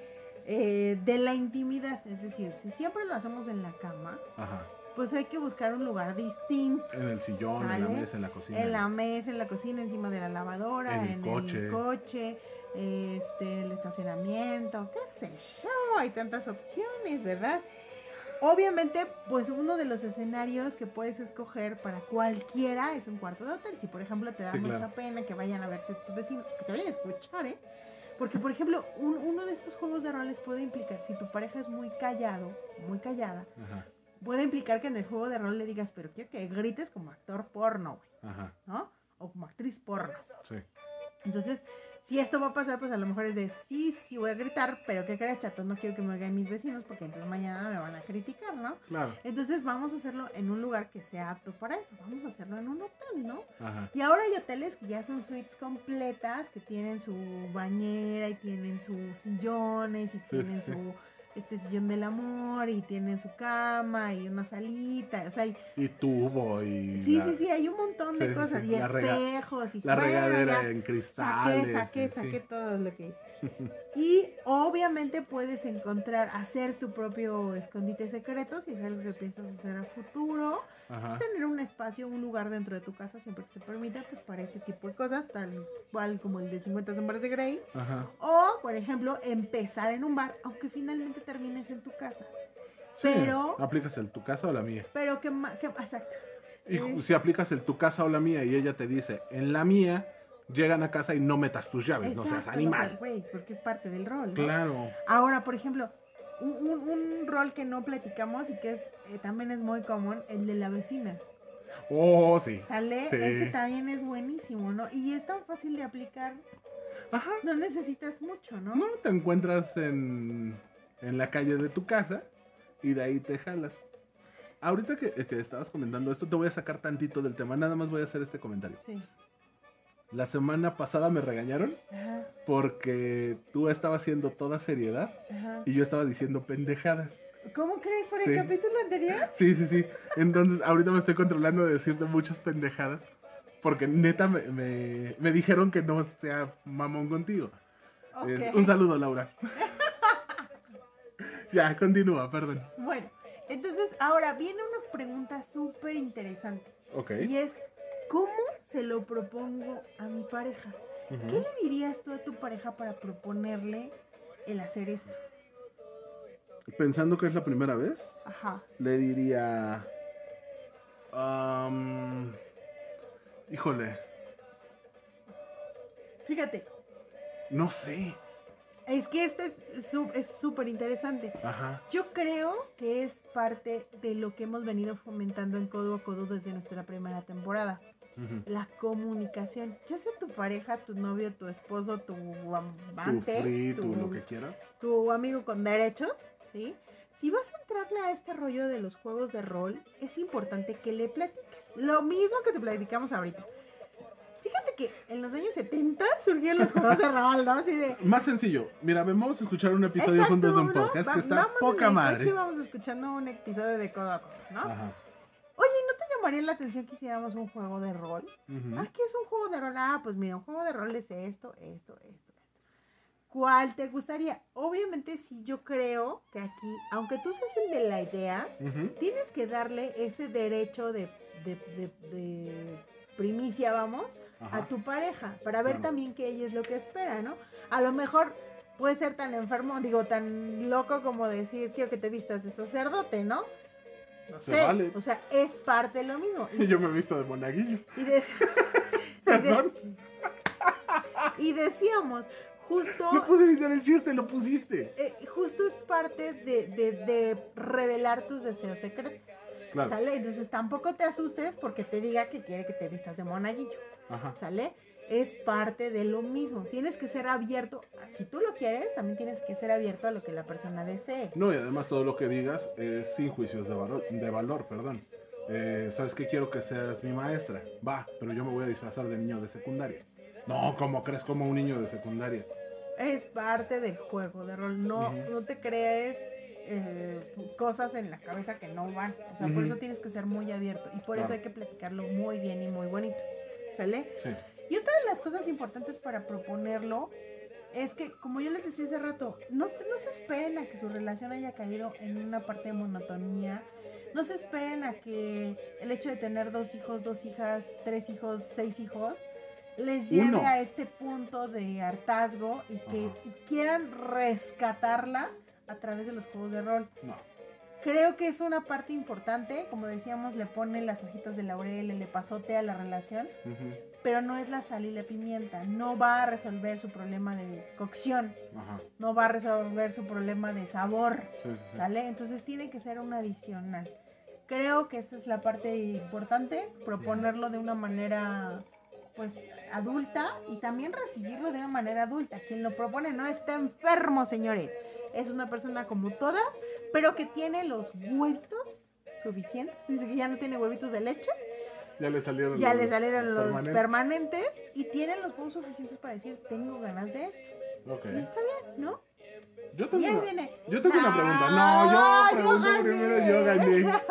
Speaker 3: de la intimidad. Es decir, si siempre lo hacemos en la cama,
Speaker 2: Ajá.
Speaker 3: pues hay que buscar un lugar distinto.
Speaker 2: En el sillón, en la
Speaker 3: ¿Sale?
Speaker 2: mesa, en la cocina.
Speaker 3: En la mesa, en la cocina, encima de la lavadora,
Speaker 2: En el coche.
Speaker 3: el estacionamiento, qué sé yo, hay tantas opciones, ¿verdad? Obviamente, pues uno de los escenarios que puedes escoger para cualquiera es un cuarto de hotel. Si por ejemplo te da
Speaker 2: Sí,
Speaker 3: mucha
Speaker 2: claro.
Speaker 3: pena que vayan a verte tus vecinos, que te vayan a escuchar, ¿eh? Porque por ejemplo, uno de estos juegos de roles puede implicar, si tu pareja es muy callado, muy callada,
Speaker 2: Ajá.
Speaker 3: puede implicar que en el juego de rol le digas, pero quiero que grites como actor porno, güey,
Speaker 2: Ajá.
Speaker 3: ¿no? O como actriz porno.
Speaker 2: Sí.
Speaker 3: Entonces, si esto va a pasar, pues a lo mejor es de, sí voy a gritar, pero ¿qué crees, chato? No quiero que me oigan mis vecinos porque entonces mañana me van a criticar, ¿no?
Speaker 2: Claro.
Speaker 3: Entonces vamos a hacerlo en un lugar que sea apto para eso. Vamos a hacerlo en un hotel, ¿no?
Speaker 2: Ajá.
Speaker 3: Y ahora hay hoteles que ya son suites completas, que tienen su bañera y tienen sus sillones y tienen
Speaker 2: sí.
Speaker 3: su sillón del amor y tienen su cama y una salita, o sea,
Speaker 2: Y tubo y...
Speaker 3: sí, hay un montón de
Speaker 2: Sí,
Speaker 3: cosas,
Speaker 2: sí.
Speaker 3: y espejos, y
Speaker 2: La
Speaker 3: bueno,
Speaker 2: regadera
Speaker 3: ya
Speaker 2: en cristales.
Speaker 3: saqué
Speaker 2: sí.
Speaker 3: todo lo que... Y obviamente puedes hacer tu propio escondite secreto, si es algo que piensas hacer a futuro.
Speaker 2: Ajá.
Speaker 3: Pues tener un espacio, un lugar dentro de tu casa, siempre que se permita, pues para este tipo de cosas, tal cual como el de 50 sombras de Grey.
Speaker 2: Ajá.
Speaker 3: O, por ejemplo, empezar en un bar, aunque finalmente termines en tu casa.
Speaker 2: Sí,
Speaker 3: Pero...
Speaker 2: aplicas el tu casa o la mía.
Speaker 3: Pero exacto.
Speaker 2: Y si aplicas el tu casa o la mía y ella te dice, en la mía, llegan a casa y no metas tus llaves, no seas
Speaker 3: Exacto,
Speaker 2: animal.
Speaker 3: no seas güey, porque es parte del rol, ¿no?
Speaker 2: Claro.
Speaker 3: Ahora, por ejemplo, un rol que no platicamos y que también es muy común, el de la vecina.
Speaker 2: Oh, sí.
Speaker 3: ¿Sale?
Speaker 2: Sí.
Speaker 3: Ese también es buenísimo, ¿no? Y es tan fácil de aplicar,
Speaker 2: Ajá.
Speaker 3: no necesitas mucho, ¿no?
Speaker 2: No, te encuentras en la calle de tu casa y de ahí te jalas. Ahorita que estabas comentando esto, te voy a sacar tantito del tema, nada más voy a hacer este comentario.
Speaker 3: Sí.
Speaker 2: La semana pasada me regañaron
Speaker 3: Ajá,
Speaker 2: porque tú estabas haciendo toda seriedad
Speaker 3: ajá.
Speaker 2: y yo estaba diciendo pendejadas.
Speaker 3: ¿Cómo crees por el
Speaker 2: Sí.
Speaker 3: capítulo anterior?
Speaker 2: Sí. Entonces, ahorita me estoy controlando de decirte muchas pendejadas. Porque neta me dijeron que no sea mamón contigo.
Speaker 3: Ok.
Speaker 2: Un saludo, Laura. Ya, continúa, perdón.
Speaker 3: Bueno, entonces ahora viene una pregunta súper interesante.
Speaker 2: Ok.
Speaker 3: Y es, ¿cómo se lo propongo a mi pareja?
Speaker 2: Ujú.
Speaker 3: ¿Qué le dirías tú a tu pareja para proponerle el hacer esto?
Speaker 2: Pensando que es la primera vez,
Speaker 3: Ajá.
Speaker 2: le diría... híjole,
Speaker 3: Fíjate,
Speaker 2: no sé.
Speaker 3: es que esto es súper interesante.
Speaker 2: Ajá.
Speaker 3: Yo creo que es parte de lo que hemos venido fomentando en Codo a Codo desde nuestra primera temporada.
Speaker 2: Ujú.
Speaker 3: La comunicación. Ya sea tu pareja, tu novio, tu esposo, tu
Speaker 2: Tu
Speaker 3: amante,
Speaker 2: free, tu lo que quieras.
Speaker 3: tu amigo con derechos, ¿sí? Si vas a entrarle a este rollo de los juegos de rol, es importante que le platiques. Lo mismo que te platicamos ahorita. Fíjate que en los años 70 surgieron los juegos de rol, ¿no? Así de...
Speaker 2: Más sencillo, mira, vamos a escuchar un episodio
Speaker 3: Exacto,
Speaker 2: juntos de un
Speaker 3: ¿no?
Speaker 2: podcast que está
Speaker 3: Vamos
Speaker 2: poca
Speaker 3: en el
Speaker 2: madre.
Speaker 3: coche y vamos escuchando un episodio de Codo a Codo, ¿no?
Speaker 2: Ajá.
Speaker 3: Oye, ¿no te llamaría la atención que hiciéramos un juego de rol?
Speaker 2: Ujú.
Speaker 3: Ah, ¿qué es un juego de rol? Ah, pues mira, un juego de rol es esto. ¿Cuál te gustaría? Obviamente sí, yo creo que aquí, aunque tú seas el de la idea,
Speaker 2: Ujú.
Speaker 3: tienes que darle ese derecho de primicia, vamos,
Speaker 2: Ajá.
Speaker 3: a tu pareja, para ver
Speaker 2: Claro.
Speaker 3: también que ella es lo que espera, ¿no? A lo mejor puede ser tan enfermo, digo, tan loco como decir, quiero que te vistas de sacerdote, ¿no? No
Speaker 2: Se
Speaker 3: sé,
Speaker 2: vale.
Speaker 3: o sea, es parte de lo mismo.
Speaker 2: Yo me he visto de monaguillo.
Speaker 3: Y, de-
Speaker 2: Perdón.
Speaker 3: y decíamos, justo,
Speaker 2: No pude evitar el chiste, lo pusiste.
Speaker 3: justo es parte de revelar tus deseos secretos.
Speaker 2: Claro.
Speaker 3: ¿Sale? Entonces tampoco te asustes porque te diga que quiere que te vistas de monaguillo.
Speaker 2: Ajá.
Speaker 3: ¿Sale? Es parte de lo mismo. Tienes que ser abierto. Si tú lo quieres, también tienes que ser abierto a lo que la persona desee.
Speaker 2: No, y además todo lo que digas es sin juicios de valor, perdón. ¿Sabes qué? Quiero que seas mi maestra. Va, pero yo me voy a disfrazar de niño de secundaria. No, ¿cómo crees como un niño de secundaria?
Speaker 3: Es parte del juego de rol. No,
Speaker 2: Ujú.
Speaker 3: no te crees cosas en la cabeza que no van. O sea, por
Speaker 2: Ujú.
Speaker 3: eso tienes que ser muy abierto. Y por
Speaker 2: Claro.
Speaker 3: eso hay que platicarlo muy bien y muy bonito. ¿Sale?
Speaker 2: Sí.
Speaker 3: Y otra de las cosas importantes para proponerlo es que, como yo les decía hace rato, no se esperen a que su relación haya caído en una parte de monotonía. No se esperen a que el hecho de tener 2 hijos, 2 hijas, 3 hijos, 6 hijos, les lleve
Speaker 2: Uno.
Speaker 3: a este punto de hartazgo y que
Speaker 2: Ajá.
Speaker 3: y quieran rescatarla a través de los juegos de rol.
Speaker 2: No.
Speaker 3: Creo que es una parte importante, como decíamos, le pone las hojitas de laurel, el epazote a la relación,
Speaker 2: Ujú.
Speaker 3: pero no es la sal y la pimienta, no va a resolver su problema de cocción,
Speaker 2: Ajá.
Speaker 3: no va a resolver su problema de sabor,
Speaker 2: Sí, sí, sí.
Speaker 3: ¿sale? Entonces tiene que ser un adicional. Creo que esta es la parte importante, proponerlo de una manera pues adulta y también recibirlo de una manera adulta. Quien lo propone no está enfermo, señores. Es una persona como todas, pero que tiene los huevitos suficientes. Dice que ya no tiene huevitos de leche,
Speaker 2: Ya le salieron
Speaker 3: ya
Speaker 2: los
Speaker 3: le salieron los
Speaker 2: permanentes.
Speaker 3: permanentes y tiene los huevos suficientes para decir, tengo ganas de esto.
Speaker 2: Ok.
Speaker 3: Y está bien, ¿no?
Speaker 2: Yo
Speaker 3: Y
Speaker 2: tengo
Speaker 3: ahí
Speaker 2: una,
Speaker 3: viene.
Speaker 2: yo tengo una pregunta.
Speaker 3: No,
Speaker 2: No, yo pregunto
Speaker 3: gané.
Speaker 2: primero, yo gané.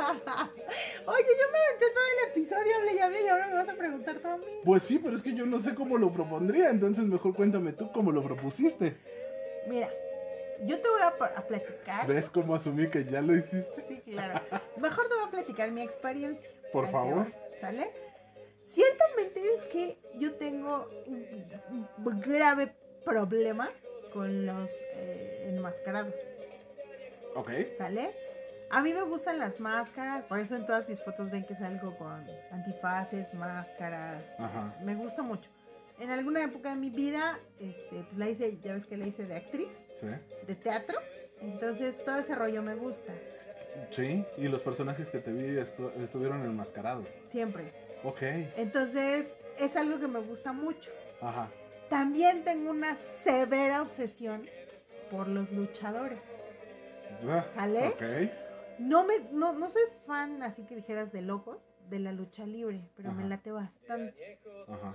Speaker 3: Oye, yo me aventé todo el episodio, hablé y hablé y ahora me vas a preguntar tú a mí.
Speaker 2: Pues sí, pero es que yo no sé cómo lo propondría, entonces mejor cuéntame tú cómo lo propusiste.
Speaker 3: Mira, yo te voy a platicar.
Speaker 2: ¿Ves cómo asumí que ya lo hiciste?
Speaker 3: Sí, claro. Mejor te voy a platicar mi experiencia.
Speaker 2: Por
Speaker 3: Ahí te
Speaker 2: favor.
Speaker 3: va, ¿sale? Ciertamente es que yo tengo un grave problema con los enmascarados,
Speaker 2: Ok.
Speaker 3: ¿sale? A mí me gustan las máscaras, por eso en todas mis fotos ven que salgo con antifaces, máscaras.
Speaker 2: Ajá.
Speaker 3: Me gusta mucho. En alguna época de mi vida, pues la hice, ya ves que la hice de actriz,
Speaker 2: Sí.
Speaker 3: de teatro. Entonces todo ese rollo me gusta,
Speaker 2: Sí, y los personajes que te vi estuvieron enmascarados.
Speaker 3: siempre.
Speaker 2: Ok.
Speaker 3: Entonces es algo que me gusta mucho.
Speaker 2: Ajá.
Speaker 3: También tengo una severa obsesión por los luchadores. ¿Sale?
Speaker 2: Ok.
Speaker 3: No soy fan, así que dijeras, de locos, de la lucha libre, pero me
Speaker 2: Ajá.
Speaker 3: late bastante.
Speaker 2: Ajá.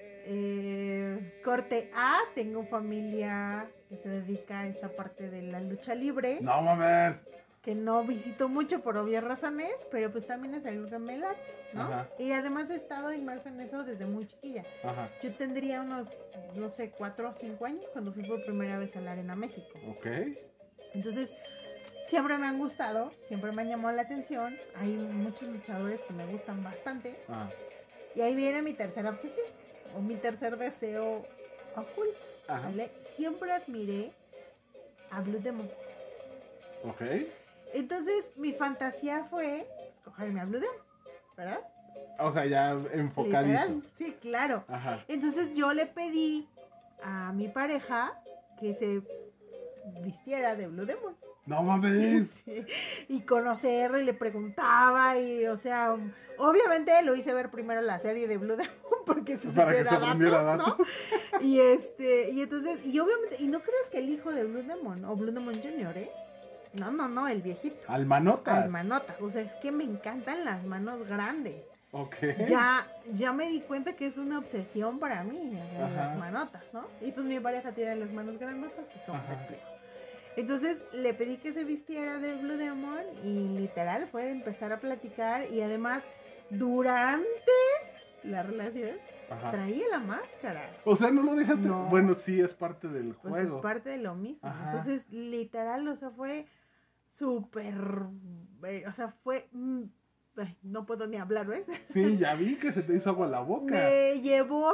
Speaker 3: Corte A, tengo familia que se dedica a esta parte de la lucha libre,
Speaker 2: No mames.
Speaker 3: que no visito mucho por obvias razones, pero pues también es algo que me late, ¿no?
Speaker 2: Ajá.
Speaker 3: Y además he estado inmerso en eso desde muy chiquilla.
Speaker 2: Ajá.
Speaker 3: Yo tendría unos, no sé, 4 o 5 años cuando fui por primera vez a la Arena México.
Speaker 2: Ok.
Speaker 3: Entonces, siempre me han gustado, siempre me han llamado la atención. Hay muchos luchadores que me gustan bastante.
Speaker 2: Ajá.
Speaker 3: Y ahí viene mi tercera obsesión, o mi tercer deseo oculto,
Speaker 2: Ajá.
Speaker 3: ¿vale? Siempre admiré a Blue Demon.
Speaker 2: Ok.
Speaker 3: Entonces, mi fantasía fue escogerme a Blue Demon, ¿verdad?
Speaker 2: O sea, ya enfocadito.
Speaker 3: Literal, sí, claro.
Speaker 2: Ajá.
Speaker 3: Entonces, yo le pedí a mi pareja que se vistiera de Blue Demon.
Speaker 2: No mames.
Speaker 3: Sí, y conocerlo y le preguntaba y, o sea, obviamente lo hice ver primero la serie de Blue Demon porque se
Speaker 2: Para que
Speaker 3: supiera
Speaker 2: se aprendiera
Speaker 3: datos,
Speaker 2: datos.
Speaker 3: ¿no? Y entonces, y obviamente, y no creas que el hijo de Blue Demon o Blue Demon Jr., No, el viejito.
Speaker 2: Al manotas.
Speaker 3: Al manota. O sea, es que me encantan las manos grandes.
Speaker 2: Ok.
Speaker 3: Ya me di cuenta que es una obsesión para mí, o sea,
Speaker 2: Ajá.
Speaker 3: las manotas, ¿no? Y pues mi pareja tiene las manos grandotas, pues como te
Speaker 2: Ajá.
Speaker 3: explico. Entonces le pedí que se vistiera de Blue Demon y literal fue empezar a platicar y además durante la relación
Speaker 2: Ajá.
Speaker 3: traía la máscara.
Speaker 2: O sea, no lo dejaste.
Speaker 3: No.
Speaker 2: Bueno, sí, es parte del
Speaker 3: Pues
Speaker 2: juego.
Speaker 3: es parte de lo mismo.
Speaker 2: Ajá.
Speaker 3: Entonces literal, o sea, fue súper, o sea, fue ay, no puedo ni hablar, ¿ves?
Speaker 2: Sí, ya vi que se te hizo agua la boca.
Speaker 3: Me llevó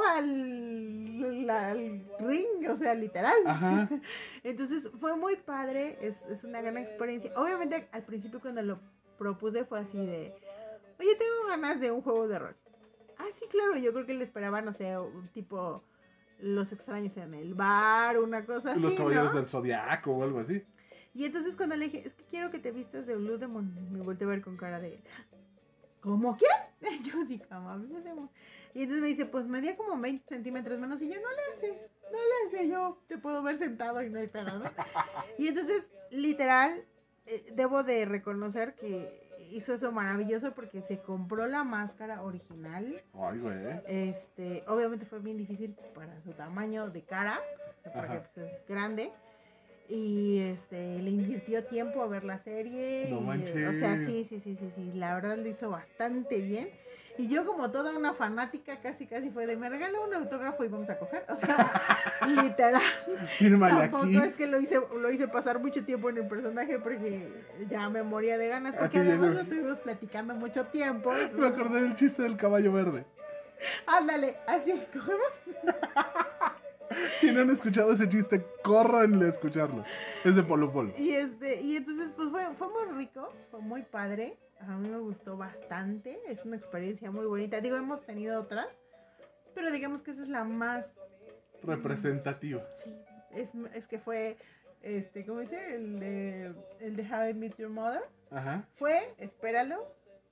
Speaker 3: al ring, o sea, literal.
Speaker 2: Ajá.
Speaker 3: Entonces fue muy padre, es una gran experiencia. Obviamente al principio cuando lo propuse fue así de, oye, tengo ganas de un juego de rol. Ah, sí, claro, yo creo que le esperaba, no sé, un tipo Los Extraños en el Bar, una cosa así,
Speaker 2: Los Caballeros
Speaker 3: ¿no?
Speaker 2: del Zodiaco o algo así.
Speaker 3: Y entonces cuando le dije, es que quiero que te vistas de Blue Demon, me volteé a ver con cara de, ¿cómo qué? Yo sí, como Blue Demon. Y entonces me dice, pues medía como 20 centímetros menos. Y yo, no le hace, yo te puedo ver sentado y no hay pedo, ¿no? Y entonces, literal, debo de reconocer que hizo eso maravilloso porque se compró la máscara original.
Speaker 2: Ay, güey.
Speaker 3: Obviamente fue bien difícil para su tamaño de cara, o sea, porque pues, es grande. Y le invirtió tiempo a ver la serie.
Speaker 2: No manches.
Speaker 3: O sea, sí, la verdad lo hizo bastante bien. Y yo como toda una fanática casi fue de, me regala un autógrafo y vamos a coger. O sea, literal.
Speaker 2: Fírmale
Speaker 3: Tampoco
Speaker 2: aquí.
Speaker 3: es que lo hice pasar mucho tiempo en el personaje porque ya me moría de ganas. Porque
Speaker 2: Aquí
Speaker 3: además
Speaker 2: llegó.
Speaker 3: lo estuvimos platicando mucho tiempo.
Speaker 2: Me acordé del chiste del caballo verde.
Speaker 3: Ándale, así, cogemos.
Speaker 2: Si no han escuchado ese chiste, corran a escucharlo. Es de Polo Polo.
Speaker 3: Y entonces pues fue muy rico, fue muy padre. A mí me gustó bastante, es una experiencia muy bonita. Digo, hemos tenido otras, pero digamos que esa es la más
Speaker 2: Representativa.
Speaker 3: Sí, es que fue ¿cómo dice? El de How I Met Your Mother.
Speaker 2: Ajá.
Speaker 3: Fue, espéralo,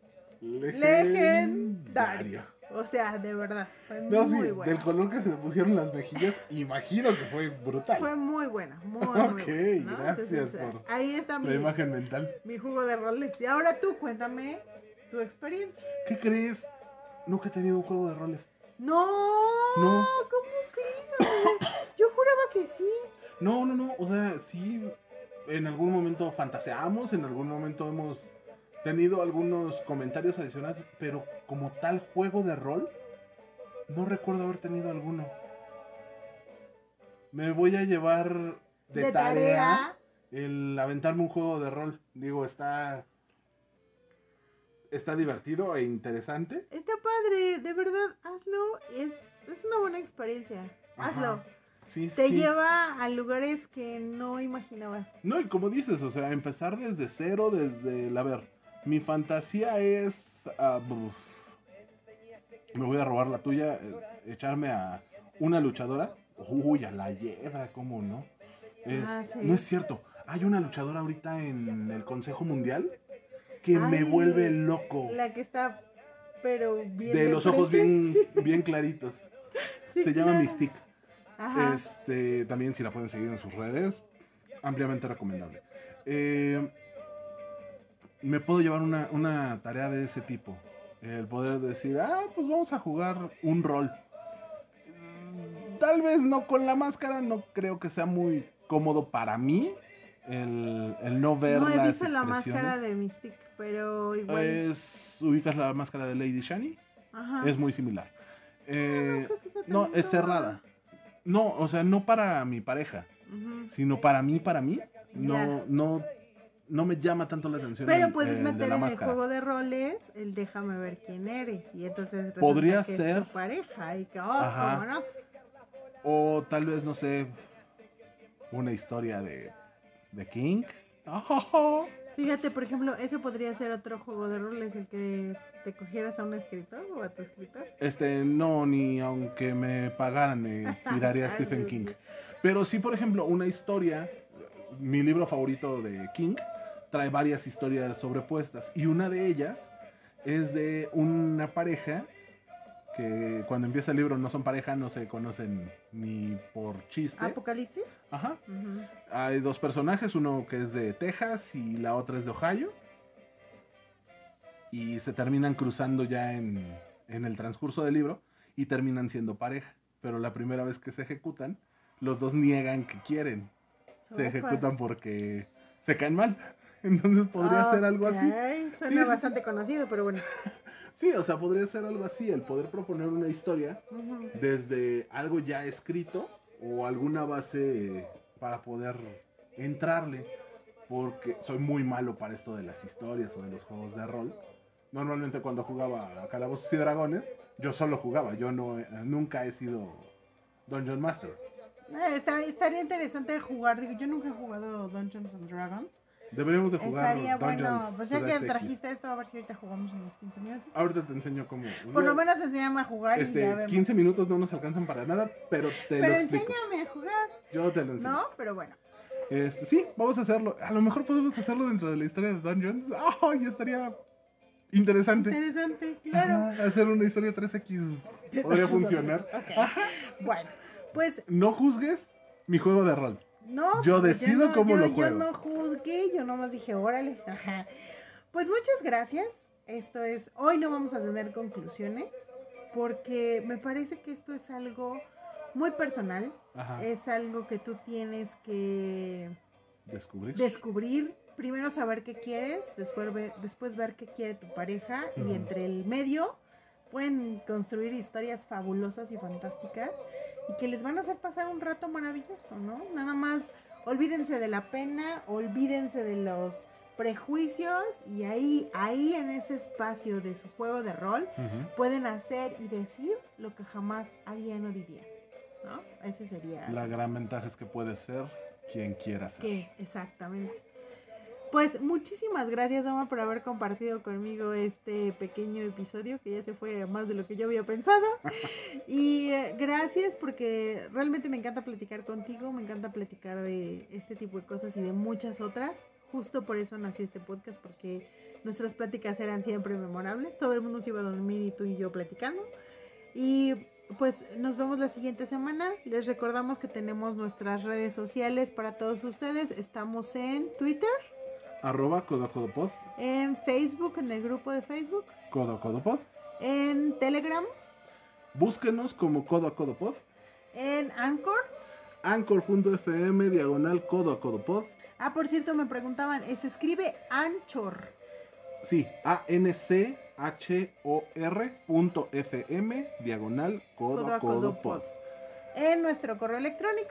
Speaker 2: Legendario.
Speaker 3: O sea, de verdad, fue
Speaker 2: No,
Speaker 3: muy
Speaker 2: sí,
Speaker 3: buena.
Speaker 2: del color que se le pusieron las mejillas, imagino que fue brutal.
Speaker 3: Fue muy buena, muy
Speaker 2: Ok,
Speaker 3: buena, ¿no?
Speaker 2: gracias
Speaker 3: Entonces,
Speaker 2: por
Speaker 3: ahí está
Speaker 2: la imagen mental.
Speaker 3: mi jugo de roles. Y ahora tú, cuéntame tu experiencia.
Speaker 2: ¿Qué crees? Nunca he tenido un juego de roles.
Speaker 3: No,
Speaker 2: No.
Speaker 3: ¿cómo crees, amigo? Yo juraba que sí.
Speaker 2: No, o sea, sí, en algún momento fantaseamos, en algún momento hemos tenido algunos comentarios adicionales, pero como tal juego de rol, no recuerdo haber tenido alguno. Me voy a llevar de tarea el aventarme un juego de rol. Digo, está divertido e interesante.
Speaker 3: Está padre, de verdad, hazlo. Es una buena experiencia.
Speaker 2: Ajá.
Speaker 3: Hazlo.
Speaker 2: Sí,
Speaker 3: Te
Speaker 2: sí.
Speaker 3: lleva a lugares que no imaginabas.
Speaker 2: No, y como dices, o sea, empezar desde cero, a ver, mi fantasía es... me voy a robar la tuya, echarme a una luchadora. Uy, a la Hiedra, ¿cómo no?
Speaker 3: Sí.
Speaker 2: No es cierto, hay una luchadora ahorita en el Consejo Mundial que
Speaker 3: Ay,
Speaker 2: me vuelve loco.
Speaker 3: La que está, pero bien
Speaker 2: De los ojos bien claritos.
Speaker 3: Sí,
Speaker 2: Se llama
Speaker 3: claro.
Speaker 2: Mystique.
Speaker 3: Ajá.
Speaker 2: También si la pueden seguir en sus redes, ampliamente recomendable. Me puedo llevar una tarea de ese tipo. El poder decir, pues vamos a jugar un rol. Tal vez no con la máscara, no creo que sea muy cómodo para mí el no ver
Speaker 3: No he
Speaker 2: las
Speaker 3: visto la
Speaker 2: expresiones.
Speaker 3: máscara de Mystic, pero igual.
Speaker 2: Ubicas la máscara de Lady Shani,
Speaker 3: Ajá.
Speaker 2: es muy similar.
Speaker 3: creo que sea
Speaker 2: No,
Speaker 3: tan
Speaker 2: es
Speaker 3: toda.
Speaker 2: cerrada. No, o sea, no para mi pareja,
Speaker 3: Ujú.
Speaker 2: sino para mí,
Speaker 3: Ya.
Speaker 2: no me llama tanto la atención.
Speaker 3: Pero
Speaker 2: el
Speaker 3: puedes
Speaker 2: de
Speaker 3: meter
Speaker 2: la
Speaker 3: en el
Speaker 2: máscara.
Speaker 3: juego de roles el déjame ver quién eres. Y entonces resulta
Speaker 2: Podría
Speaker 3: que
Speaker 2: ser.
Speaker 3: es tu pareja. Y que,
Speaker 2: Ajá.
Speaker 3: ¿cómo no?
Speaker 2: O tal vez, no sé, una historia de King.
Speaker 3: Fíjate, por ejemplo, ese podría ser otro juego de roles, el que te cogieras a un escritor o a tu escritor.
Speaker 2: No, ni aunque me pagaran tiraría a Stephen King. Pero sí, por ejemplo, una historia, mi libro favorito de King, trae varias historias sobrepuestas. Y una de ellas es de una pareja que cuando empieza el libro no son pareja, no se conocen ni por chiste.
Speaker 3: ¿Apocalipsis?
Speaker 2: Ajá.
Speaker 3: Ujú.
Speaker 2: Hay dos personajes, uno que es de Texas y la otra es de Ohio. Y se terminan cruzando ya en el transcurso del libro y terminan siendo pareja. Pero la primera vez que se ejecutan, los dos niegan que quieren. Se ejecutan porque se caen mal. Entonces podría ser algo así.
Speaker 3: Suena
Speaker 2: Sí.
Speaker 3: bastante conocido, pero bueno.
Speaker 2: Sí, o sea, podría ser algo así, el poder proponer una historia
Speaker 3: Ujú.
Speaker 2: desde algo ya escrito o alguna base para poder entrarle, porque soy muy malo para esto de las historias o de los juegos de rol, Normalmente cuando jugaba a Calabozos y Dragones, yo solo jugaba, yo nunca he sido Dungeon Master.
Speaker 3: Estaría interesante jugar, digo, yo nunca he jugado Dungeons and Dragons.
Speaker 2: Deberíamos de jugar
Speaker 3: Estaría bueno,
Speaker 2: Dungeons
Speaker 3: pues ya que
Speaker 2: 3X.
Speaker 3: trajiste esto, a ver si ahorita jugamos unos 15 minutos.
Speaker 2: Ahorita te enseño cómo.
Speaker 3: Por lo menos enséñame a jugar y ya vemos.
Speaker 2: 15 minutos no nos alcanzan para nada, pero te lo explico.
Speaker 3: Enséñame a jugar.
Speaker 2: Yo te lo enseño.
Speaker 3: No, pero bueno.
Speaker 2: Sí, vamos a hacerlo. A lo mejor podemos hacerlo dentro de la historia de Dungeons. ¡Ay! Estaría interesante.
Speaker 3: Interesante, claro.
Speaker 2: Ajá, hacer una historia 3X podría funcionar.
Speaker 3: Okay. Bueno, pues
Speaker 2: No juzgues mi juego de rol.
Speaker 3: no.
Speaker 2: Yo decido cómo lo juego.
Speaker 3: Yo no juzgué, yo nomás dije, órale. Ajá. Pues muchas gracias. Esto es, hoy no vamos a tener conclusiones porque me parece que esto es algo muy personal.
Speaker 2: Ajá.
Speaker 3: Es algo que tú tienes que
Speaker 2: Descubrir.
Speaker 3: primero saber qué quieres, después ver qué quiere tu pareja
Speaker 2: Ujú.
Speaker 3: y entre el medio pueden construir historias fabulosas y fantásticas y que les van a hacer pasar un rato maravilloso, ¿no? Nada más olvídense de la pena, olvídense de los prejuicios y ahí en ese espacio de su juego de rol
Speaker 2: Ujú.
Speaker 3: pueden hacer y decir lo que jamás harían o dirían, ¿no? Ese sería
Speaker 2: La gran ventaja es que puedes ser quien quieras ser.
Speaker 3: que es exactamente. Pues muchísimas gracias, Omar, por haber compartido conmigo este pequeño episodio que ya se fue a más de lo que yo había pensado. Y gracias porque realmente me encanta platicar contigo, me encanta platicar de este tipo de cosas y de muchas otras. Justo por eso nació este podcast, porque nuestras pláticas eran siempre memorables. Todo el mundo se iba a dormir y tú y yo platicando. Y pues nos vemos la siguiente semana. Les recordamos que tenemos nuestras redes sociales para todos ustedes. Estamos en Twitter,
Speaker 2: @CodoCodoPod,
Speaker 3: en Facebook, en el grupo de Facebook,
Speaker 2: CodoCodoPod.
Speaker 3: en Telegram,
Speaker 2: Búsquenos como CodoCodoPod.
Speaker 3: en Anchor.
Speaker 2: Anchor.fm/CodoCodoPod.
Speaker 3: Ah, por cierto, me preguntaban, se escribe Anchor.
Speaker 2: Sí, ANCHOR.fm/CodoCodoPod.
Speaker 3: En nuestro correo electrónico.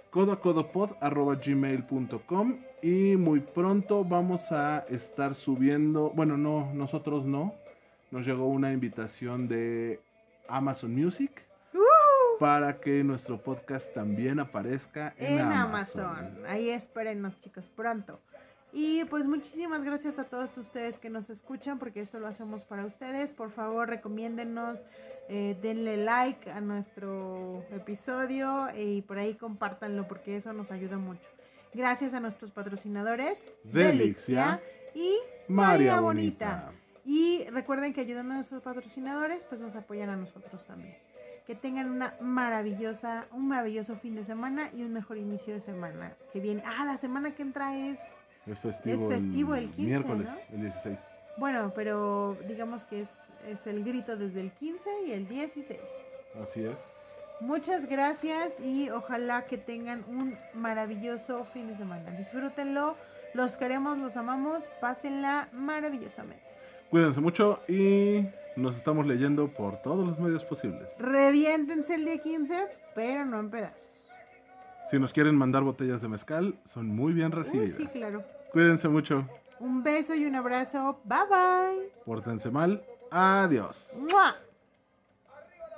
Speaker 2: CodoCodoPod@gmail.com. Y muy pronto vamos a estar subiendo, bueno, no, nosotros no, nos llegó una invitación de Amazon Music para que nuestro podcast también aparezca en
Speaker 3: Amazon. Ahí espérennos, chicos, pronto. Y pues muchísimas gracias a todos ustedes que nos escuchan, porque esto lo hacemos para ustedes. Por favor, recomiéndennos, denle like a nuestro episodio y por ahí compártanlo, porque eso nos ayuda mucho. Gracias a nuestros patrocinadores,
Speaker 2: Delixia
Speaker 3: y
Speaker 2: María Bonita.
Speaker 3: Y recuerden que ayudando a nuestros patrocinadores, pues nos apoyan a nosotros también. Que tengan un maravilloso fin de semana y un mejor inicio de semana que viene. La semana que entra es festivo el 15,
Speaker 2: miércoles,
Speaker 3: ¿no?
Speaker 2: el 16.
Speaker 3: Bueno, pero digamos que es el grito desde el 15 y el 16.
Speaker 2: Así es.
Speaker 3: Muchas gracias y ojalá que tengan un maravilloso fin de semana. Disfrútenlo, los queremos, los amamos, pásenla maravillosamente.
Speaker 2: Cuídense mucho y nos estamos leyendo por todos los medios posibles.
Speaker 3: Reviéntense el día 15, pero no en pedazos.
Speaker 2: Si nos quieren mandar botellas de mezcal, son muy bien recibidas.
Speaker 3: Sí, claro.
Speaker 2: Cuídense mucho.
Speaker 3: Un beso y un abrazo. Bye bye.
Speaker 2: Pórtense mal. Adiós.
Speaker 3: ¡Mua!